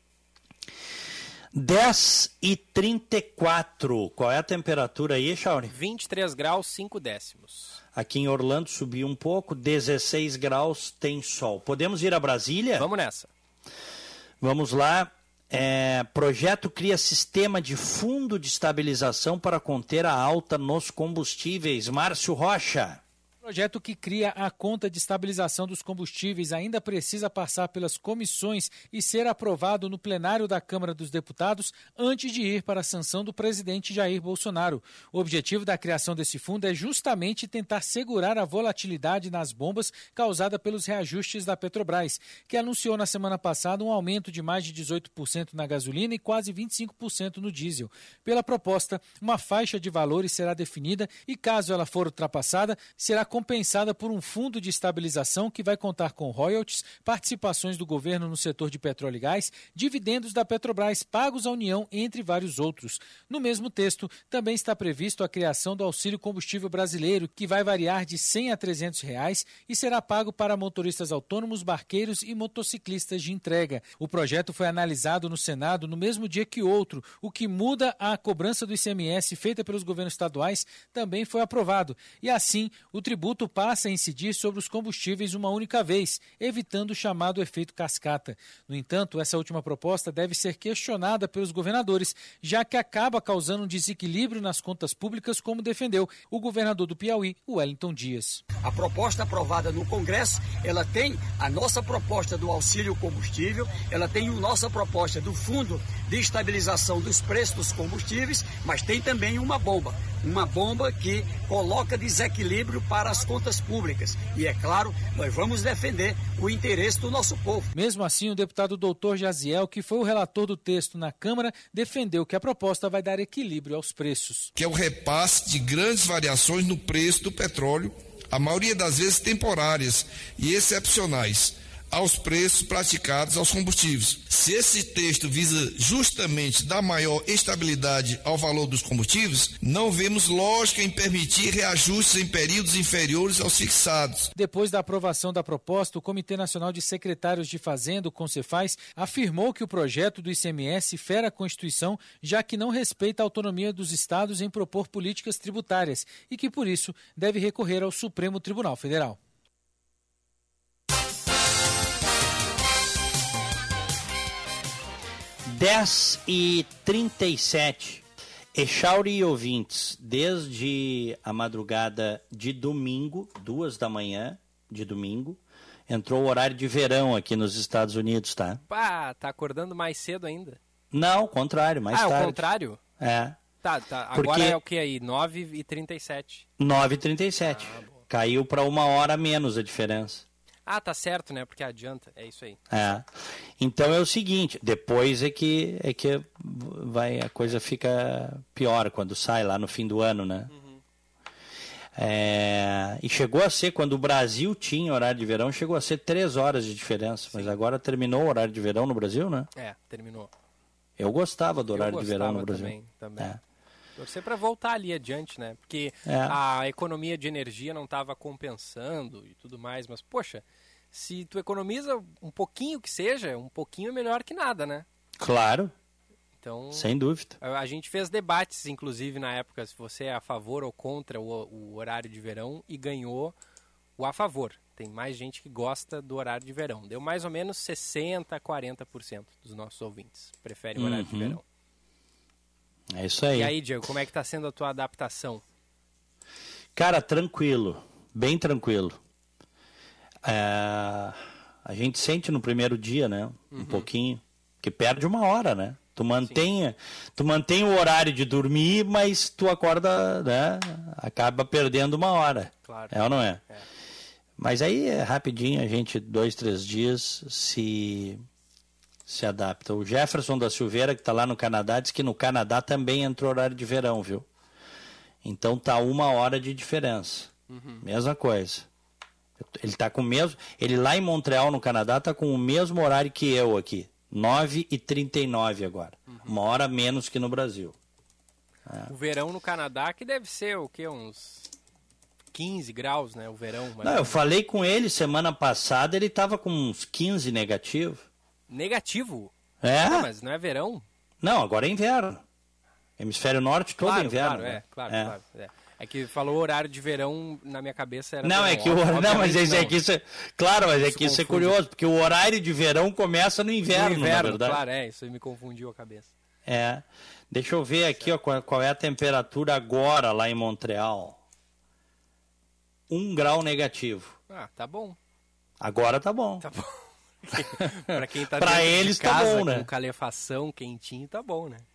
10h34. Qual é a temperatura aí, Chauri? 23 graus, 5 décimos. Aqui em Orlando subiu um pouco, 16 graus, tem sol. Podemos ir a Brasília? Vamos nessa. Vamos lá. Projeto cria sistema de fundo de estabilização para conter a alta nos combustíveis. Márcio Rocha. O projeto que cria a conta de estabilização dos combustíveis ainda precisa passar pelas comissões e ser aprovado no plenário da Câmara dos Deputados antes de ir para a sanção do presidente Jair Bolsonaro. O objetivo da criação desse fundo é justamente tentar segurar a volatilidade nas bombas causada pelos reajustes da Petrobras, que anunciou na semana passada um aumento de mais de 18% na gasolina e quase 25% no diesel. Pela proposta, uma faixa de valores será definida e, caso ela for ultrapassada, será compensada por um fundo de estabilização que vai contar com royalties, participações do governo no setor de petróleo e gás, dividendos da Petrobras pagos à União, entre vários outros. No mesmo texto, também está previsto a criação do auxílio combustível brasileiro, que vai variar de R$ 100 a R$ 300 e será pago para motoristas autônomos, barqueiros e motociclistas de entrega. O projeto foi analisado no Senado no mesmo dia que outro. O que muda a cobrança do ICMS feita pelos governos estaduais também foi aprovado. E assim, o Tribunal tributo passa a incidir sobre os combustíveis uma única vez, evitando o chamado efeito cascata. No entanto, essa última proposta deve ser questionada pelos governadores, já que acaba causando um desequilíbrio nas contas públicas, como defendeu o governador do Piauí, Wellington Dias. A proposta aprovada no Congresso, ela tem a nossa proposta do auxílio combustível, ela tem a nossa proposta do Fundo de Estabilização dos Preços dos Combustíveis, mas tem também uma bomba que coloca desequilíbrio para as contas públicas. E é claro, nós vamos defender o interesse do nosso povo. Mesmo assim, o deputado doutor Jaziel, que foi o relator do texto na Câmara, defendeu que a proposta vai dar equilíbrio aos preços. Que é o repasse de grandes variações no preço do petróleo, a maioria das vezes temporárias e excepcionais, aos preços praticados aos combustíveis. Se esse texto visa justamente dar maior estabilidade ao valor dos combustíveis, não vemos lógica em permitir reajustes em períodos inferiores aos fixados. Depois da aprovação da proposta, o Comitê Nacional de Secretários de Fazenda, o CONCEFAZ, afirmou que o projeto do ICMS fere a Constituição, já que não respeita a autonomia dos estados em propor políticas tributárias e que, por isso, deve recorrer ao Supremo Tribunal Federal. 10h37. Echauri e ouvintes, desde a madrugada de domingo, 2 da manhã de domingo, entrou o horário de verão aqui nos Estados Unidos, tá? Pá, tá acordando mais cedo ainda. Não, ao contrário, mais tarde. Ah, o contrário? É. Tá. Agora Porque... é o que aí? 9h37. 9h37. Caiu para 1 hora menos a diferença. Ah, tá certo, né? Porque adianta, é isso aí. É. Então é o seguinte, depois é que a coisa fica pior quando sai lá no fim do ano, né? Uhum. E chegou a ser, quando o Brasil tinha horário de verão, chegou a ser 3 horas de diferença. Sim. Mas agora terminou o horário de verão no Brasil, né? É, terminou. Eu gostava do horário de verão no Brasil. Também. É. Torcer para voltar ali adiante, né? Porque a economia de energia não estava compensando e tudo mais, mas, poxa, se tu economiza um pouquinho que seja, um pouquinho é melhor que nada, né? Claro. Então, sem dúvida. A gente fez debates, inclusive, na época, se você é a favor ou contra o horário de verão, e ganhou o a favor. Tem mais gente que gosta do horário de verão. Deu mais ou menos 60% a 40% dos nossos ouvintes preferem o horário de verão. É isso aí. E aí, Diego, como é que está sendo a tua adaptação? Cara, tranquilo. Bem tranquilo. A gente sente no primeiro dia, né? Um pouquinho. Que perde 1 hora, né? Tu mantém o horário de dormir, mas tu acorda, né? Acaba perdendo 1 hora. Claro. É ou não é? Mas aí é rapidinho, a gente 2, 3 dias se adapta. O Jefferson da Silveira, que está lá no Canadá, diz que no Canadá também entrou horário de verão, viu? Então tá 1 hora de diferença. Mesma coisa. Ele tá com o mesmo. Ele lá em Montreal, no Canadá, tá com o mesmo horário que eu aqui. 9h39 agora. 1 hora menos que no Brasil. O verão no Canadá, que deve ser o quê? Uns 15 graus, né? O verão. Não, eu falei com ele semana passada, ele tava com uns 15 negativo. Negativo? É? Não, mas não é verão? Não, agora é inverno. Hemisfério Norte todo é inverno. Claro. É que falou horário de verão, na minha cabeça era... Não, verão, é que claro, mas é que isso é curioso, porque o horário de verão começa no inverno, na verdade. Claro, isso me confundiu a cabeça. Deixa eu ver aqui, ó, qual é a temperatura agora lá em Montreal. 1 grau negativo. Ah, tá bom. Agora tá bom. Tá bom. Pra quem tá pra dentro eles de casa, tá bom, né? Com calefação, quentinho, tá bom, né?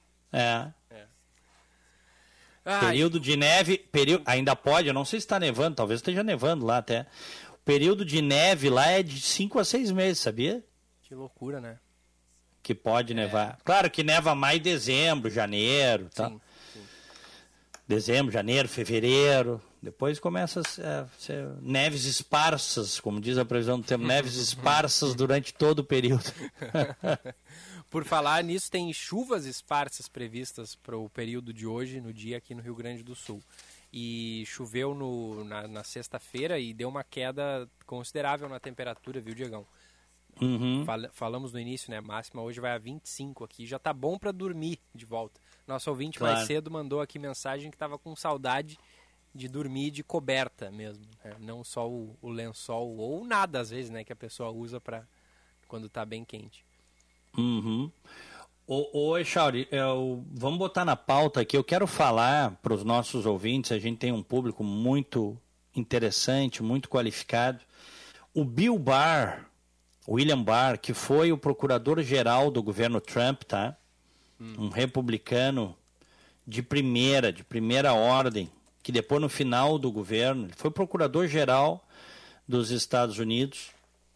Período de neve, ainda pode, eu não sei se está nevando, talvez esteja nevando lá até. O período de neve lá é de 5 a 6 meses, sabia? Que loucura, né? Que pode nevar. Claro que neva mais em dezembro, janeiro, tá? Sim. Dezembro, janeiro, fevereiro. Depois começa a ser neves esparsas, como diz a previsão do tempo, neves esparsas durante todo o período. Por falar nisso, tem chuvas esparsas previstas para o período de hoje, no dia aqui no Rio Grande do Sul. E choveu na sexta-feira e deu uma queda considerável na temperatura, viu, Diegão? Falamos no início, né? A máxima hoje vai a 25 aqui. Já tá bom para dormir de volta. Nosso ouvinte mais cedo mandou aqui mensagem que estava com saudade de dormir de coberta mesmo, né? Não só o lençol ou nada, às vezes, né, que a pessoa usa para quando está bem quente. Uhum. Ô Echauri, vamos botar na pauta aqui, eu quero falar para os nossos ouvintes, a gente tem um público muito interessante, muito qualificado. O William Barr, que foi o procurador-geral do governo Trump, tá? Um republicano de primeira ordem, que depois no final do governo, ele foi procurador-geral dos Estados Unidos,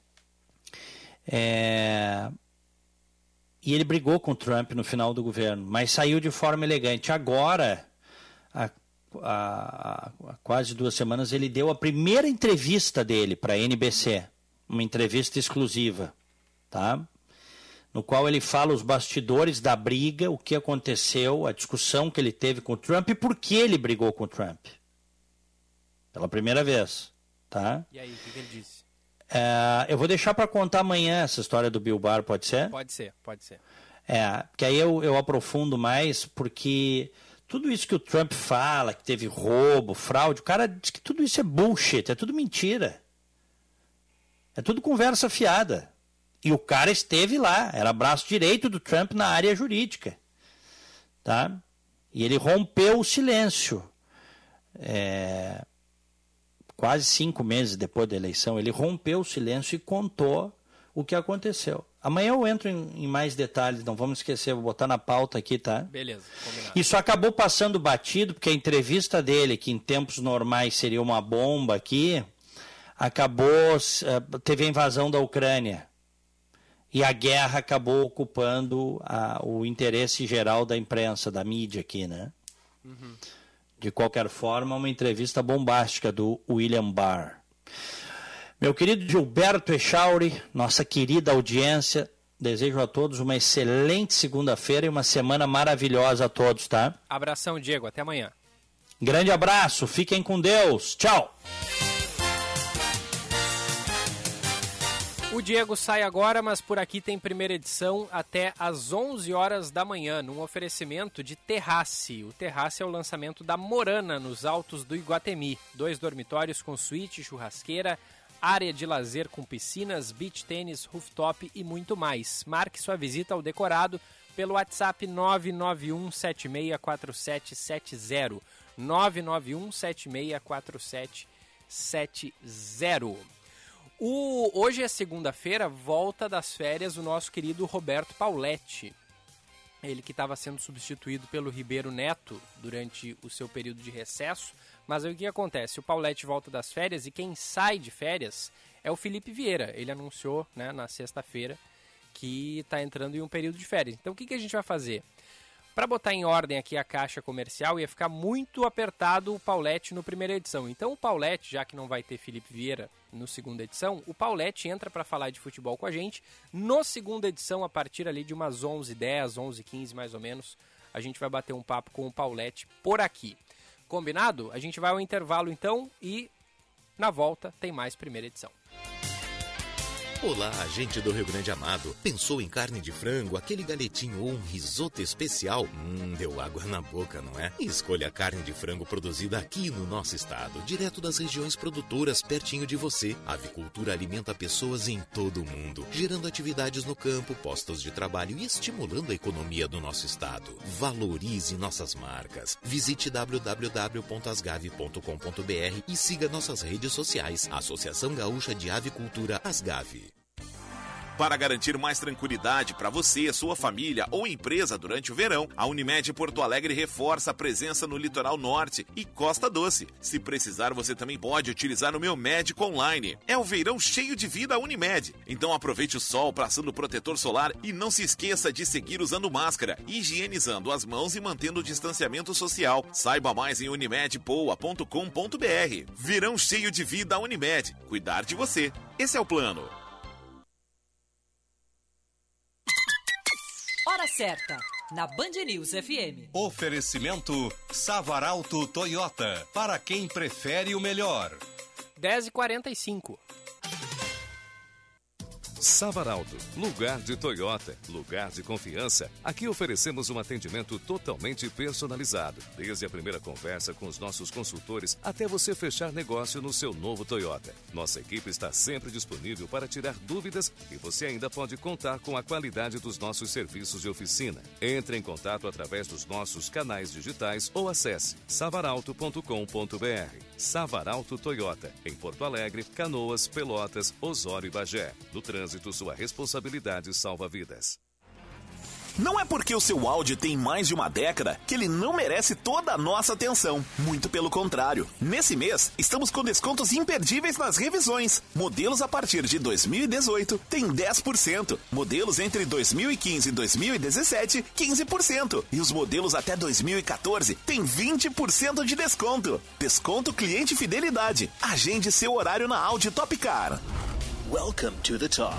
e ele brigou com o Trump no final do governo, mas saiu de forma elegante. Agora, há quase 2 semanas, ele deu a primeira entrevista dele para a NBC, uma entrevista exclusiva, tá? No qual ele fala os bastidores da briga, o que aconteceu, a discussão que ele teve com o Trump e por que ele brigou com o Trump. Pela primeira vez, tá? E aí, o que ele disse? Eu vou deixar para contar amanhã essa história do Bill Barr, pode ser? Pode ser. Porque aí eu aprofundo mais, porque tudo isso que o Trump fala, que teve roubo, fraude, o cara diz que tudo isso é bullshit, é tudo mentira. É tudo conversa fiada. E o cara esteve lá, era braço direito do Trump na área jurídica. Tá? E ele rompeu o silêncio. Quase 5 meses depois da eleição, ele rompeu o silêncio e contou o que aconteceu. Amanhã eu entro em mais detalhes, não vamos esquecer, vou botar na pauta aqui, tá? Beleza, combinado. Isso acabou passando batido, porque a entrevista dele, que em tempos normais seria uma bomba aqui, teve a invasão da Ucrânia. E a guerra acabou ocupando o interesse geral da imprensa, da mídia aqui, né? Uhum. De qualquer forma, uma entrevista bombástica do William Barr. Meu querido Gilberto Echauri, nossa querida audiência, desejo a todos uma excelente segunda-feira e uma semana maravilhosa a todos, tá? Abração, Diego. Até amanhã. Grande abraço. Fiquem com Deus. Tchau. O Diego sai agora, mas por aqui tem primeira edição até às 11 horas da manhã, num oferecimento de Terrace. O Terrace é o lançamento da Morana, nos altos do Iguatemi. 2 dormitórios com suíte, churrasqueira, área de lazer com piscinas, beach tênis, rooftop e muito mais. Marque sua visita ao decorado pelo WhatsApp 991764770. 991764770. Hoje é segunda-feira, volta das férias o nosso querido Roberto Pauletti. Ele que estava sendo substituído pelo Ribeiro Neto durante o seu período de recesso. Mas aí o que acontece? O Pauletti volta das férias e quem sai de férias é o Felipe Vieira. Ele anunciou, né, na sexta-feira que está entrando em um período de férias. Então o que a gente vai fazer? Para botar em ordem aqui a caixa comercial, ia ficar muito apertado o Pauletti no primeira edição. Então o Pauletti, já que não vai ter Felipe Vieira no segunda edição, o Pauletti entra para falar de futebol com a gente. No segunda edição, a partir ali de umas 11h10, 11h15 mais ou menos, a gente vai bater um papo com o Pauletti por aqui. Combinado? A gente vai ao intervalo então e na volta tem mais primeira edição. Olá, gente do Rio Grande Amado. Pensou em carne de frango, aquele galetinho ou um risoto especial? Deu água na boca, não é? Escolha a carne de frango produzida aqui no nosso estado, direto das regiões produtoras, pertinho de você. A avicultura alimenta pessoas em todo o mundo, gerando atividades no campo, postos de trabalho e estimulando a economia do nosso estado. Valorize nossas marcas. Visite www.asgave.com.br e siga nossas redes sociais. Associação Gaúcha de Avicultura Asgave. Para garantir mais tranquilidade para você, sua família ou empresa durante o verão, a Unimed Porto Alegre reforça a presença no litoral norte e Costa Doce. Se precisar, você também pode utilizar o Meu Médico Online. É o verão cheio de vida Unimed. Então aproveite o sol passando protetor solar e não se esqueça de seguir usando máscara, higienizando as mãos e mantendo o distanciamento social. Saiba mais em unimedpoa.com.br. Verão cheio de vida Unimed. Cuidar de você. Esse é o plano. Hora certa, na Band News FM. Oferecimento Savaralto Toyota, para quem prefere o melhor. 10h45. Savaralto, lugar de Toyota, lugar de confiança. Aqui oferecemos um atendimento totalmente personalizado, desde a primeira conversa com os nossos consultores até você fechar negócio no seu novo Toyota. Nossa equipe está sempre disponível para tirar dúvidas e você ainda pode contar com a qualidade dos nossos serviços de oficina. Entre em contato através dos nossos canais digitais ou acesse savaralto.com.br. Savaralto Toyota, em Porto Alegre, Canoas, Pelotas, Osório e Bagé. No trânsito, sua responsabilidade salva vidas. Não é porque o seu Audi tem mais de uma década que ele não merece toda a nossa atenção. Muito pelo contrário. Nesse mês, estamos com descontos imperdíveis nas revisões. Modelos a partir de 2018 tem 10%. Modelos entre 2015 e 2017, 15%. E os modelos até 2014 tem 20% de desconto. Desconto cliente fidelidade. Agende seu horário na Audi Top Car. Welcome to the top.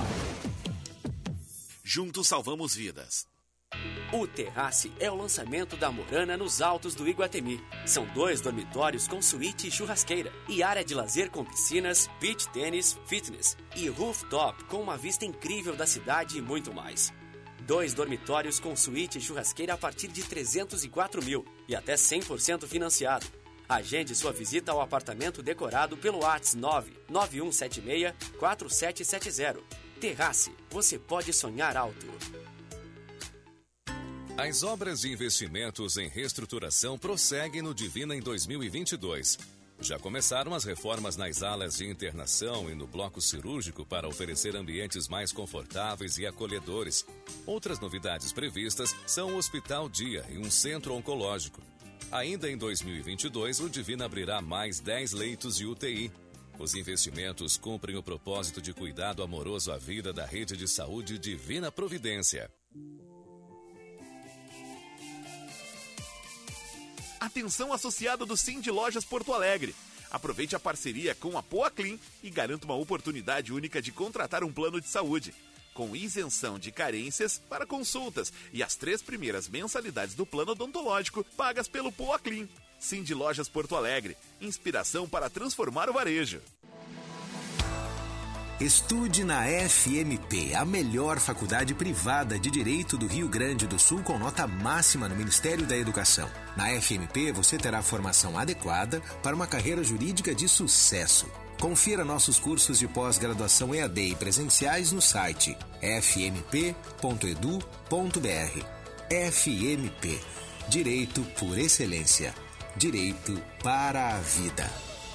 Juntos salvamos vidas. O Terrace é o lançamento da Morana nos altos do Iguatemi. São 2 dormitórios com suíte e churrasqueira e área de lazer com piscinas, beach tênis, fitness e rooftop com uma vista incrível da cidade e muito mais. 2 dormitórios com suíte e churrasqueira a partir de 304 mil e até 100% financiado. Agende sua visita ao apartamento decorado pelo WhatsApp 99176-4770. Terrace, você pode sonhar alto. As obras de investimentos em reestruturação prosseguem no Divina em 2022. Já começaram as reformas nas alas de internação e no bloco cirúrgico para oferecer ambientes mais confortáveis e acolhedores. Outras novidades previstas são o Hospital Dia e um centro oncológico. Ainda em 2022, o Divina abrirá mais 10 leitos de UTI. Os investimentos cumprem o propósito de cuidado amoroso à vida da rede de saúde Divina Providência. Atenção associado do Cindy Lojas Porto Alegre. Aproveite a parceria com a Poa Clean e garanta uma oportunidade única de contratar um plano de saúde, com isenção de carências para consultas e as 3 primeiras mensalidades do plano odontológico pagas pelo Poa Clean. Cindy Lojas Porto Alegre, inspiração para transformar o varejo. Estude na FMP, a melhor faculdade privada de Direito do Rio Grande do Sul com nota máxima no Ministério da Educação. Na FMP você terá formação adequada para uma carreira jurídica de sucesso. Confira nossos cursos de pós-graduação EAD e presenciais no site fmp.edu.br. FMP, Direito por excelência. Direito para a vida.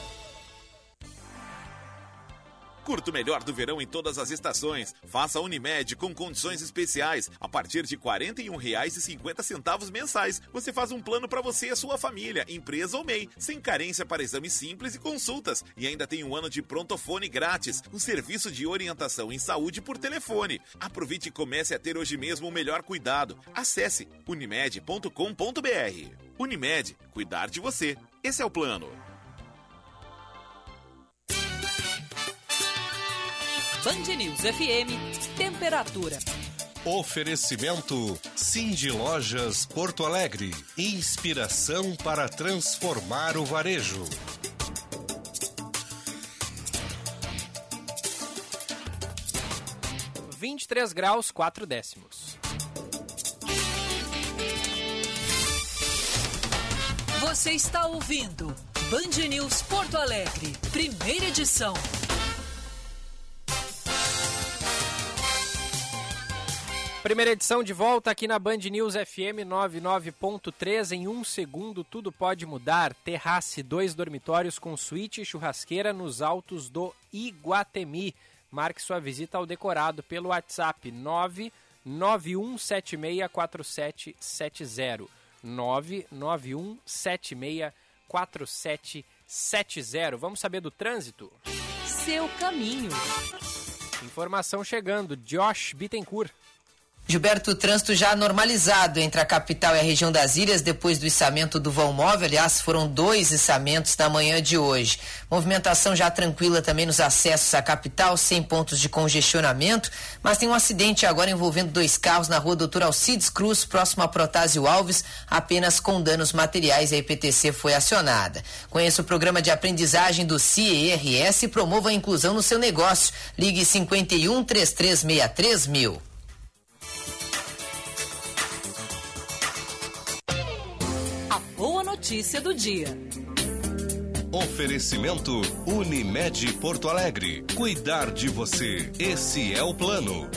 Curta o melhor do verão em todas as estações. Faça a Unimed com condições especiais. A partir de R$ 41,50 mensais, você faz um plano para você e a sua família, empresa ou MEI, sem carência para exames simples e consultas. E ainda tem um ano de prontofone grátis, um serviço de orientação em saúde por telefone. Aproveite e comece a ter hoje mesmo o melhor cuidado. Acesse unimed.com.br. Unimed, cuidar de você. Esse é o plano. Band News FM, temperatura. Oferecimento Cindy Lojas Porto Alegre. Inspiração para transformar o varejo. – 23 graus, 4 décimos. Você está ouvindo Band News Porto Alegre, primeira edição. Primeira edição de volta aqui na Band News FM 99.3. Em 1 segundo, tudo pode mudar. Terrace, 2 dormitórios com suíte e churrasqueira nos altos do Iguatemi. Marque sua visita ao decorado pelo WhatsApp 991764770. 991764770. Vamos saber do trânsito? Seu caminho. Informação chegando. Josh Bittencourt. Gilberto, o trânsito já normalizado entre a capital e a região das ilhas depois do içamento do vão móvel. Aliás, foram 2 içamentos na manhã de hoje. Movimentação já tranquila também nos acessos à capital, sem pontos de congestionamento, mas tem um acidente agora envolvendo 2 carros na rua Doutor Alcides Cruz, próximo a Protásio Alves, apenas com danos materiais. A IPTC foi acionada. Conheça o programa de aprendizagem do CIERS e promova a inclusão no seu negócio. Ligue 51 3363 1000. Boa notícia do dia. Oferecimento Unimed Porto Alegre. Cuidar de você. Esse é o plano.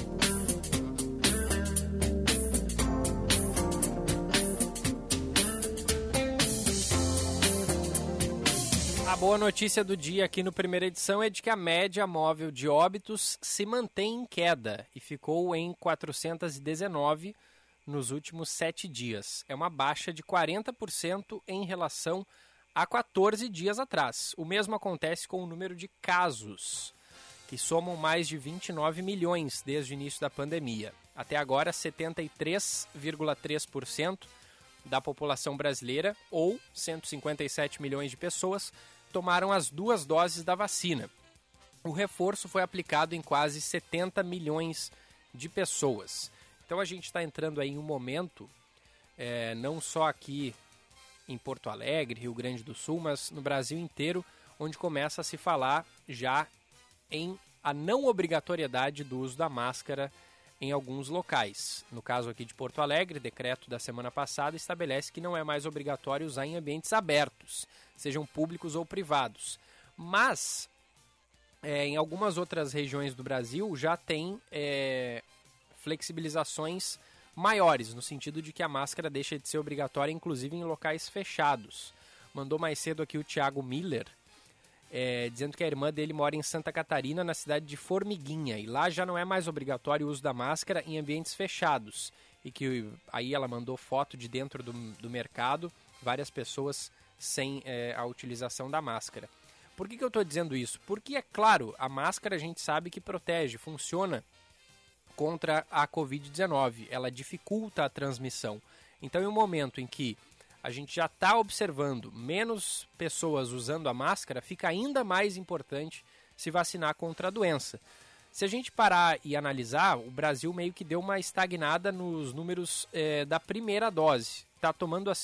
A boa notícia do dia aqui no Primeira Edição é de que a média móvel de óbitos se mantém em queda e ficou em 419 nos últimos 7 dias. É uma baixa de 40% em relação a 14 dias atrás. O mesmo acontece com o número de casos, que somam mais de 29 milhões desde o início da pandemia. Até agora, 73,3% da população brasileira, ou 157 milhões de pessoas, tomaram as 2 doses da vacina. O reforço foi aplicado em quase 70 milhões de pessoas. Então a gente está entrando aí em um momento, não só aqui em Porto Alegre, Rio Grande do Sul, mas no Brasil inteiro, onde começa a se falar já em a não obrigatoriedade do uso da máscara em alguns locais. No caso aqui de Porto Alegre, decreto da semana passada estabelece que não é mais obrigatório usar em ambientes abertos, sejam públicos ou privados. Mas em algumas outras regiões do Brasil já tem flexibilizações maiores, no sentido de que a máscara deixa de ser obrigatória, inclusive em locais fechados. Mandou mais cedo aqui o Thiago Miller, dizendo que a irmã dele mora em Santa Catarina, na cidade de Formiguinha, e lá já não é mais obrigatório o uso da máscara em ambientes fechados. E que aí ela mandou foto de dentro do mercado, várias pessoas sem a utilização da máscara. Por que eu estou dizendo isso? Porque, é claro, a máscara a gente sabe que protege, funciona contra a Covid-19, ela dificulta a transmissão. Então, em um momento em que a gente já está observando menos pessoas usando a máscara, fica ainda mais importante se vacinar contra a doença. Se a gente parar e analisar, o Brasil meio que deu uma estagnada nos números da primeira dose. Está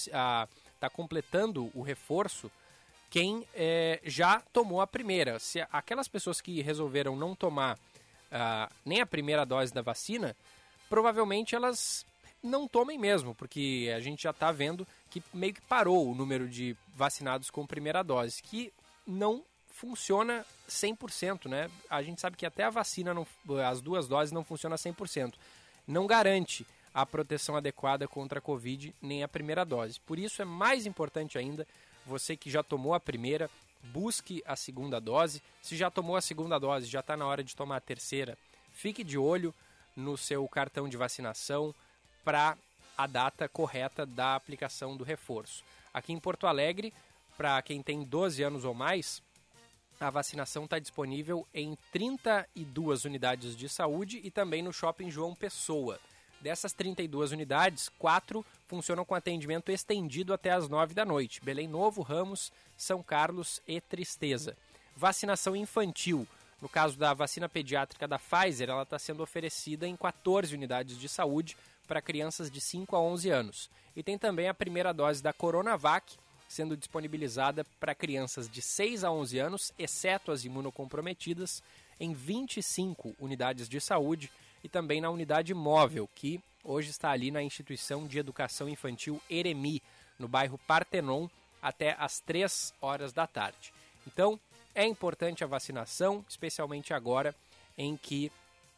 completando o reforço quem já tomou a primeira. Se aquelas pessoas que resolveram não tomar nem a primeira dose da vacina, provavelmente elas não tomem mesmo, porque a gente já está vendo que meio que parou o número de vacinados com primeira dose, que não funciona 100%, né? A gente sabe que até a vacina, as 2 doses não funcionam 100%. Não garante a proteção adequada contra a Covid, nem a primeira dose. Por isso é mais importante ainda, você que já tomou a primeira, busque a segunda dose. Se já tomou a segunda dose, já está na hora de tomar a terceira, fique de olho no seu cartão de vacinação para a data correta da aplicação do reforço. Aqui em Porto Alegre, para quem tem 12 anos ou mais, a vacinação está disponível em 32 unidades de saúde e também no Shopping João Pessoa. Dessas 32 unidades, 4 funcionam com atendimento estendido até às 9 da noite. Belém Novo, Ramos, São Carlos e Tristeza. Vacinação infantil. No caso da vacina pediátrica da Pfizer, ela está sendo oferecida em 14 unidades de saúde para crianças de 5 a 11 anos. E tem também a primeira dose da Coronavac, sendo disponibilizada para crianças de 6 a 11 anos, exceto as imunocomprometidas, em 25 unidades de saúde e também na unidade móvel, que hoje está ali na Instituição de Educação Infantil Eremi, no bairro Partenon, até às 3 horas da tarde. Então, é importante a vacinação, especialmente agora em que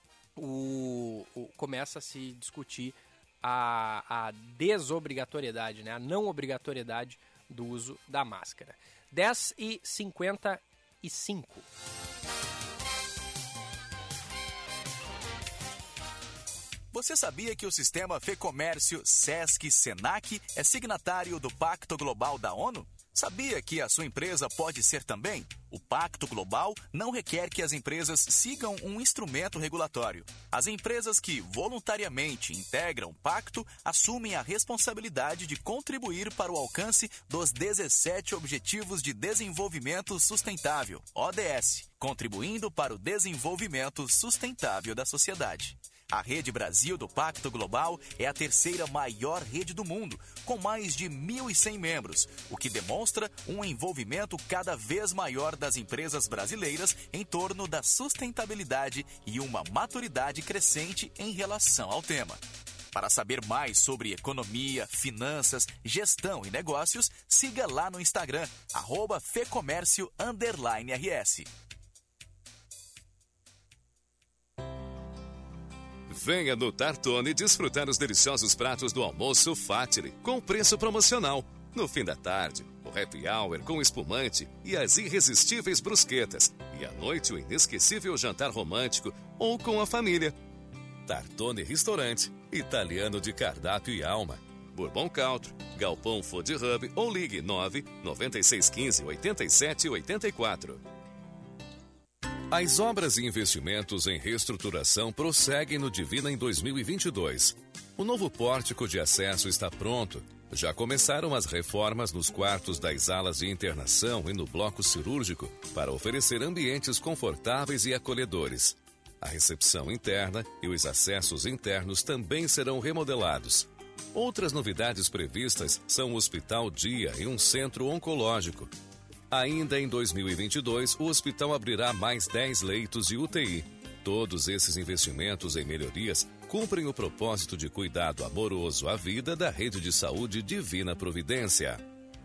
começa a se discutir a desobrigatoriedade, né? A não obrigatoriedade do uso da máscara. 10h55. Você sabia que o sistema Fecomércio, Sesc e Senac é signatário do Pacto Global da ONU? Sabia que a sua empresa pode ser também? O Pacto Global não requer que as empresas sigam um instrumento regulatório. As empresas que voluntariamente integram o pacto assumem a responsabilidade de contribuir para o alcance dos 17 Objetivos de Desenvolvimento Sustentável, ODS, contribuindo para o desenvolvimento sustentável da sociedade. A Rede Brasil do Pacto Global é a terceira maior rede do mundo, com mais de 1.100 membros, o que demonstra um envolvimento cada vez maior das empresas brasileiras em torno da sustentabilidade e uma maturidade crescente em relação ao tema. Para saber mais sobre economia, finanças, gestão e negócios, siga lá no Instagram, @fecomércio_RS. Venha no Tartone desfrutar os deliciosos pratos do almoço Fatile, com preço promocional. No fim da tarde, o happy hour com espumante e as irresistíveis brusquetas. E à noite, o inesquecível jantar romântico ou com a família. Tartone Restaurante, italiano de cardápio e alma. Bourbon Country, Galpão Food Hub ou ligue 9-9615-8784. As obras e investimentos em reestruturação prosseguem no Divina em 2022. O novo pórtico de acesso está pronto. Já começaram as reformas nos quartos das alas de internação e no bloco cirúrgico para oferecer ambientes confortáveis e acolhedores. A recepção interna e os acessos internos também serão remodelados. Outras novidades previstas são o Hospital Dia e um centro oncológico. Ainda em 2022, o hospital abrirá mais 10 leitos de UTI. Todos esses investimentos em melhorias cumprem o propósito de cuidado amoroso à vida da rede de saúde Divina Providência.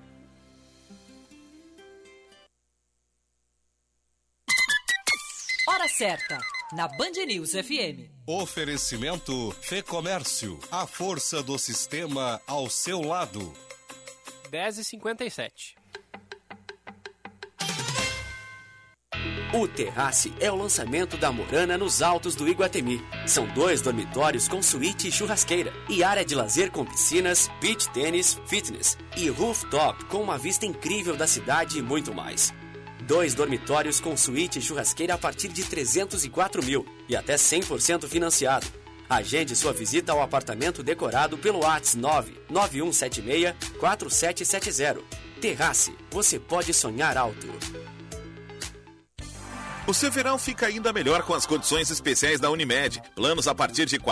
Hora certa, na Band News FM. Oferecimento Fecomércio, a força do sistema ao seu lado. 10h57. O Terrace é o lançamento da Morana nos altos do Iguatemi. São 2 dormitórios com suíte e churrasqueira e área de lazer com piscinas, beach tênis, fitness e rooftop com uma vista incrível da cidade e muito mais. 2 dormitórios com suíte e churrasqueira a partir de 304 mil e até 100% financiado. Agende sua visita ao apartamento decorado pelo WhatsApp 99176-4770. Terrace, você pode sonhar alto. O seu verão fica ainda melhor com as condições especiais da Unimed. Planos a partir de R$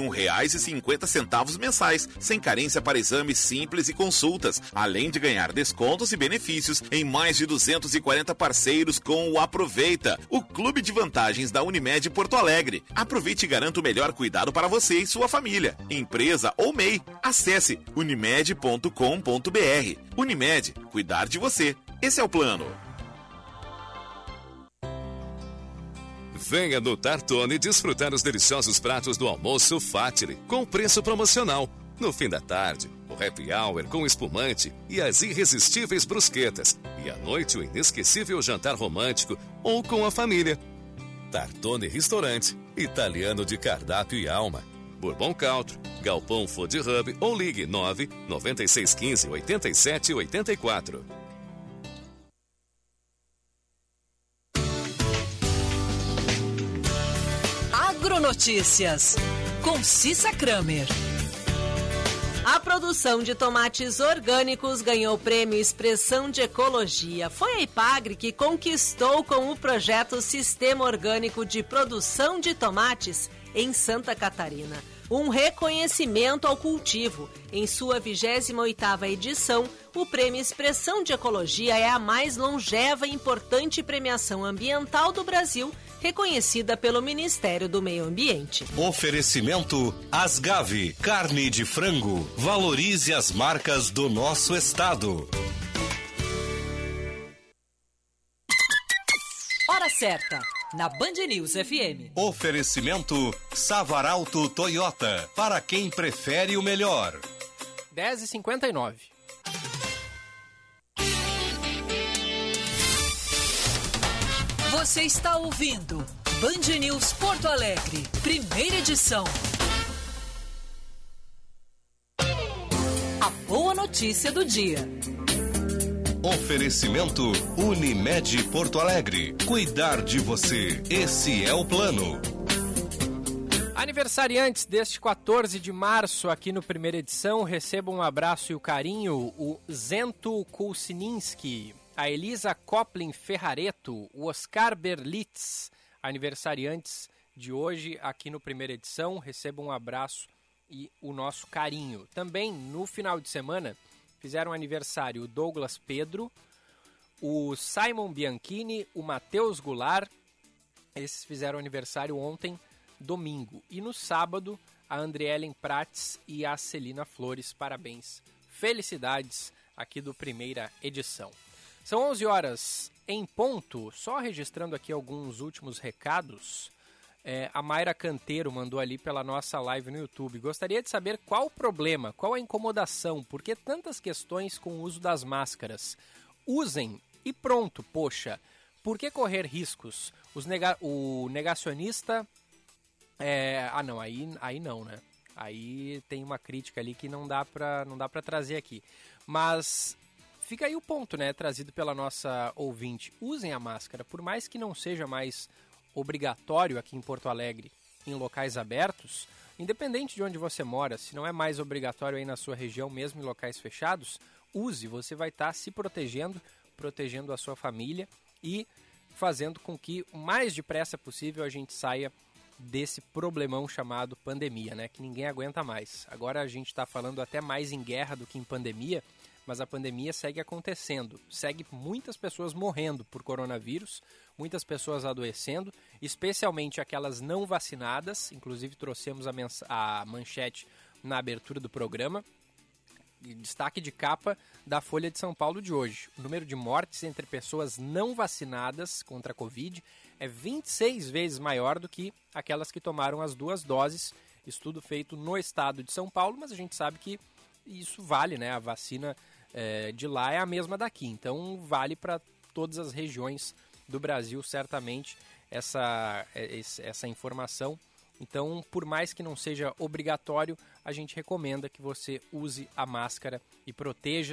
41,50 mensais, sem carência para exames simples e consultas, além de ganhar descontos e benefícios em mais de 240 parceiros com o Aproveita, o clube de vantagens da Unimed Porto Alegre. Aproveite e garanta o melhor cuidado para você e sua família, empresa ou MEI. Acesse unimed.com.br. Unimed, cuidar de você. Esse é o plano. Venha no Tartone desfrutar os deliciosos pratos do almoço Fatile, com preço promocional. No fim da tarde, o happy hour com espumante e as irresistíveis brusquetas. E à noite, o inesquecível jantar romântico ou com a família. Tartone Restaurante, italiano de cardápio e alma. Bourbon Country, Galpão Food Hub ou ligue 9-9615-8784. Agronotícias, com Cissa Kramer. A produção de tomates orgânicos ganhou o prêmio Expressão de Ecologia. Foi a Ipagre que conquistou com o projeto Sistema Orgânico de Produção de Tomates em Santa Catarina. Um reconhecimento ao cultivo. Em sua 28ª edição, o Prêmio Expressão de Ecologia é a mais longeva e importante premiação ambiental do Brasil, reconhecida pelo Ministério do Meio Ambiente. Oferecimento Asgave, carne de frango. Valorize as marcas do nosso estado. Hora certa, na Band News FM. Oferecimento Savaralto Toyota, para quem prefere o melhor. 10h59. Você está ouvindo Band News Porto Alegre, primeira edição. A boa notícia do dia. Oferecimento Unimed Porto Alegre. Cuidar de você. Esse é o plano. Aniversariantes deste 14 de março aqui no Primeira Edição, recebam um abraço e o carinho, o Zento Kulsininski, a Elisa Koplin Ferrareto, o Oscar Berlitz. Aniversariantes de hoje aqui no Primeira Edição, recebam um abraço e o nosso carinho. Também no final de semana fizeram aniversário o Douglas Pedro, o Simon Bianchini, o Matheus Goulart. Esses fizeram aniversário ontem, domingo. E no sábado, a Andrielen Prats e a Celina Flores. Parabéns. Felicidades aqui do Primeira Edição. São 11 horas em ponto. Só registrando aqui alguns últimos recados. A Mayra Canteiro mandou ali pela nossa live no YouTube. Gostaria de saber qual o problema, qual a incomodação, por que tantas questões com o uso das máscaras? Usem e pronto, poxa. Por que correr riscos? O negacionista... não, aí não, né? Aí tem uma crítica ali que não dá pra trazer aqui. Mas fica aí o ponto, né? Trazido pela nossa ouvinte. Usem a máscara, por mais que não seja mais obrigatório aqui em Porto Alegre, em locais abertos, independente de onde você mora, se não é mais obrigatório aí na sua região, mesmo em locais fechados, use, você vai estar se protegendo a sua família e fazendo com que o mais depressa possível a gente saia desse problemão chamado pandemia, né? Que ninguém aguenta mais. Agora a gente está falando até mais em guerra do que em pandemia, mas a pandemia segue acontecendo. Segue muitas pessoas morrendo por coronavírus, muitas pessoas adoecendo, especialmente aquelas não vacinadas. Inclusive trouxemos a manchete na abertura do programa. Destaque de capa da Folha de São Paulo de hoje. O número de mortes entre pessoas não vacinadas contra a Covid é 26 vezes maior do que aquelas que tomaram as 2 doses. Estudo feito no estado de São Paulo, mas a gente sabe que isso vale, né? A vacina de lá é a mesma daqui, então vale para todas as regiões do Brasil, certamente, essa informação. Então, por mais que não seja obrigatório, a gente recomenda que você use a máscara e proteja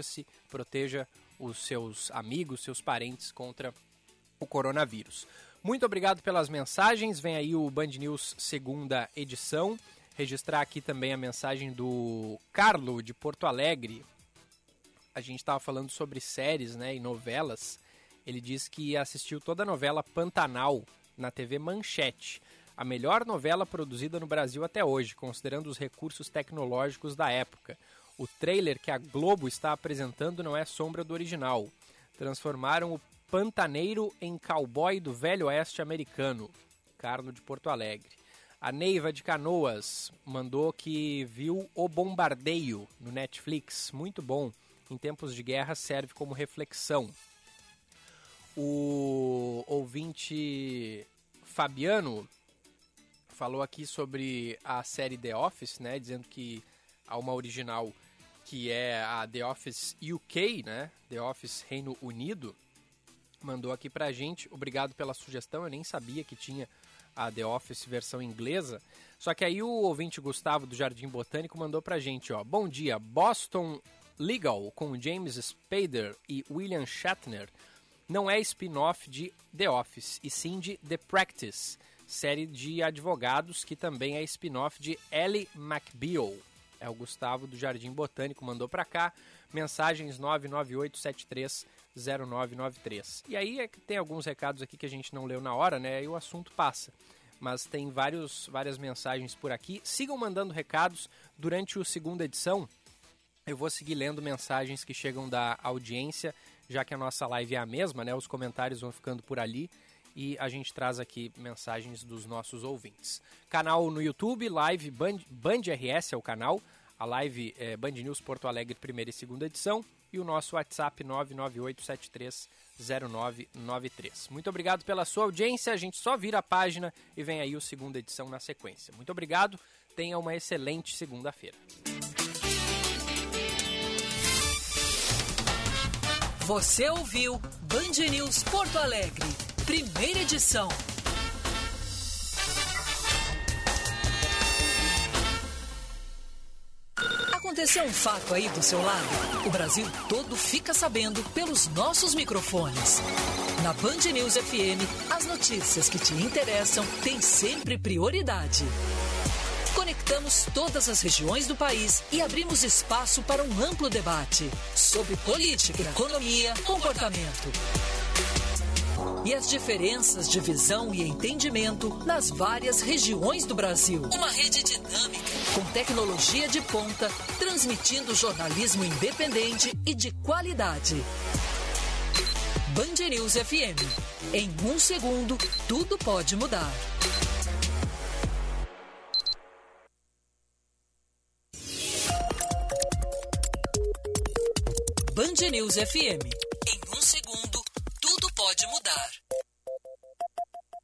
os seus amigos, seus parentes contra o coronavírus. Muito obrigado pelas mensagens, vem aí o Band News segunda edição. Registrar aqui também a mensagem do Carlo, de Porto Alegre. A gente estava falando sobre séries, né, e novelas. Ele diz que assistiu toda a novela Pantanal na TV Manchete. A melhor novela produzida no Brasil até hoje, considerando os recursos tecnológicos da época. O trailer que a Globo está apresentando não é sombra do original. Transformaram o pantaneiro em cowboy do velho oeste americano. Carlo, de Porto Alegre. A Neiva de Canoas mandou que viu O Bombardeio no Netflix. Muito bom. Em tempos de guerra serve como reflexão. O ouvinte Fabiano falou aqui sobre a série The Office, né? Dizendo que há uma original que é a The Office UK, né? The Office Reino Unido. Mandou aqui pra gente. Obrigado pela sugestão. Eu nem sabia que tinha a The Office versão inglesa. Só que aí o ouvinte Gustavo do Jardim Botânico mandou pra gente, ó. Bom dia, Boston Legal com James Spader e William Shatner não é spin-off de The Office, e sim de The Practice, série de advogados que também é spin-off de Ally McBeal. É o Gustavo do Jardim Botânico, mandou pra cá. Mensagens 998730993. E aí tem alguns recados aqui que a gente não leu na hora, né? Aí o assunto passa. Mas tem várias mensagens por aqui. Sigam mandando recados durante o segunda edição. Eu vou seguir lendo mensagens que chegam da audiência, já que a nossa live é a mesma, né? Os comentários vão ficando por ali e a gente traz aqui mensagens dos nossos ouvintes. Canal no YouTube, live Band RS é o canal, a live é Band News Porto Alegre, primeira e segunda edição, e o nosso WhatsApp 998730993. Muito obrigado pela sua audiência, a gente só vira a página e vem aí o segunda edição na sequência. Muito obrigado, tenha uma excelente segunda-feira. Você ouviu Band News Porto Alegre, primeira edição. Aconteceu um fato aí do seu lado? O Brasil todo fica sabendo pelos nossos microfones. Na Band News FM, as notícias que te interessam têm sempre prioridade. Conectamos todas as regiões do país e abrimos espaço para um amplo debate sobre política, economia, comportamento e as diferenças de visão e entendimento nas várias regiões do Brasil. Uma rede dinâmica, com tecnologia de ponta, transmitindo jornalismo independente e de qualidade. Band News FM. Em 1 segundo, tudo pode mudar. Band News FM. Em 1 segundo,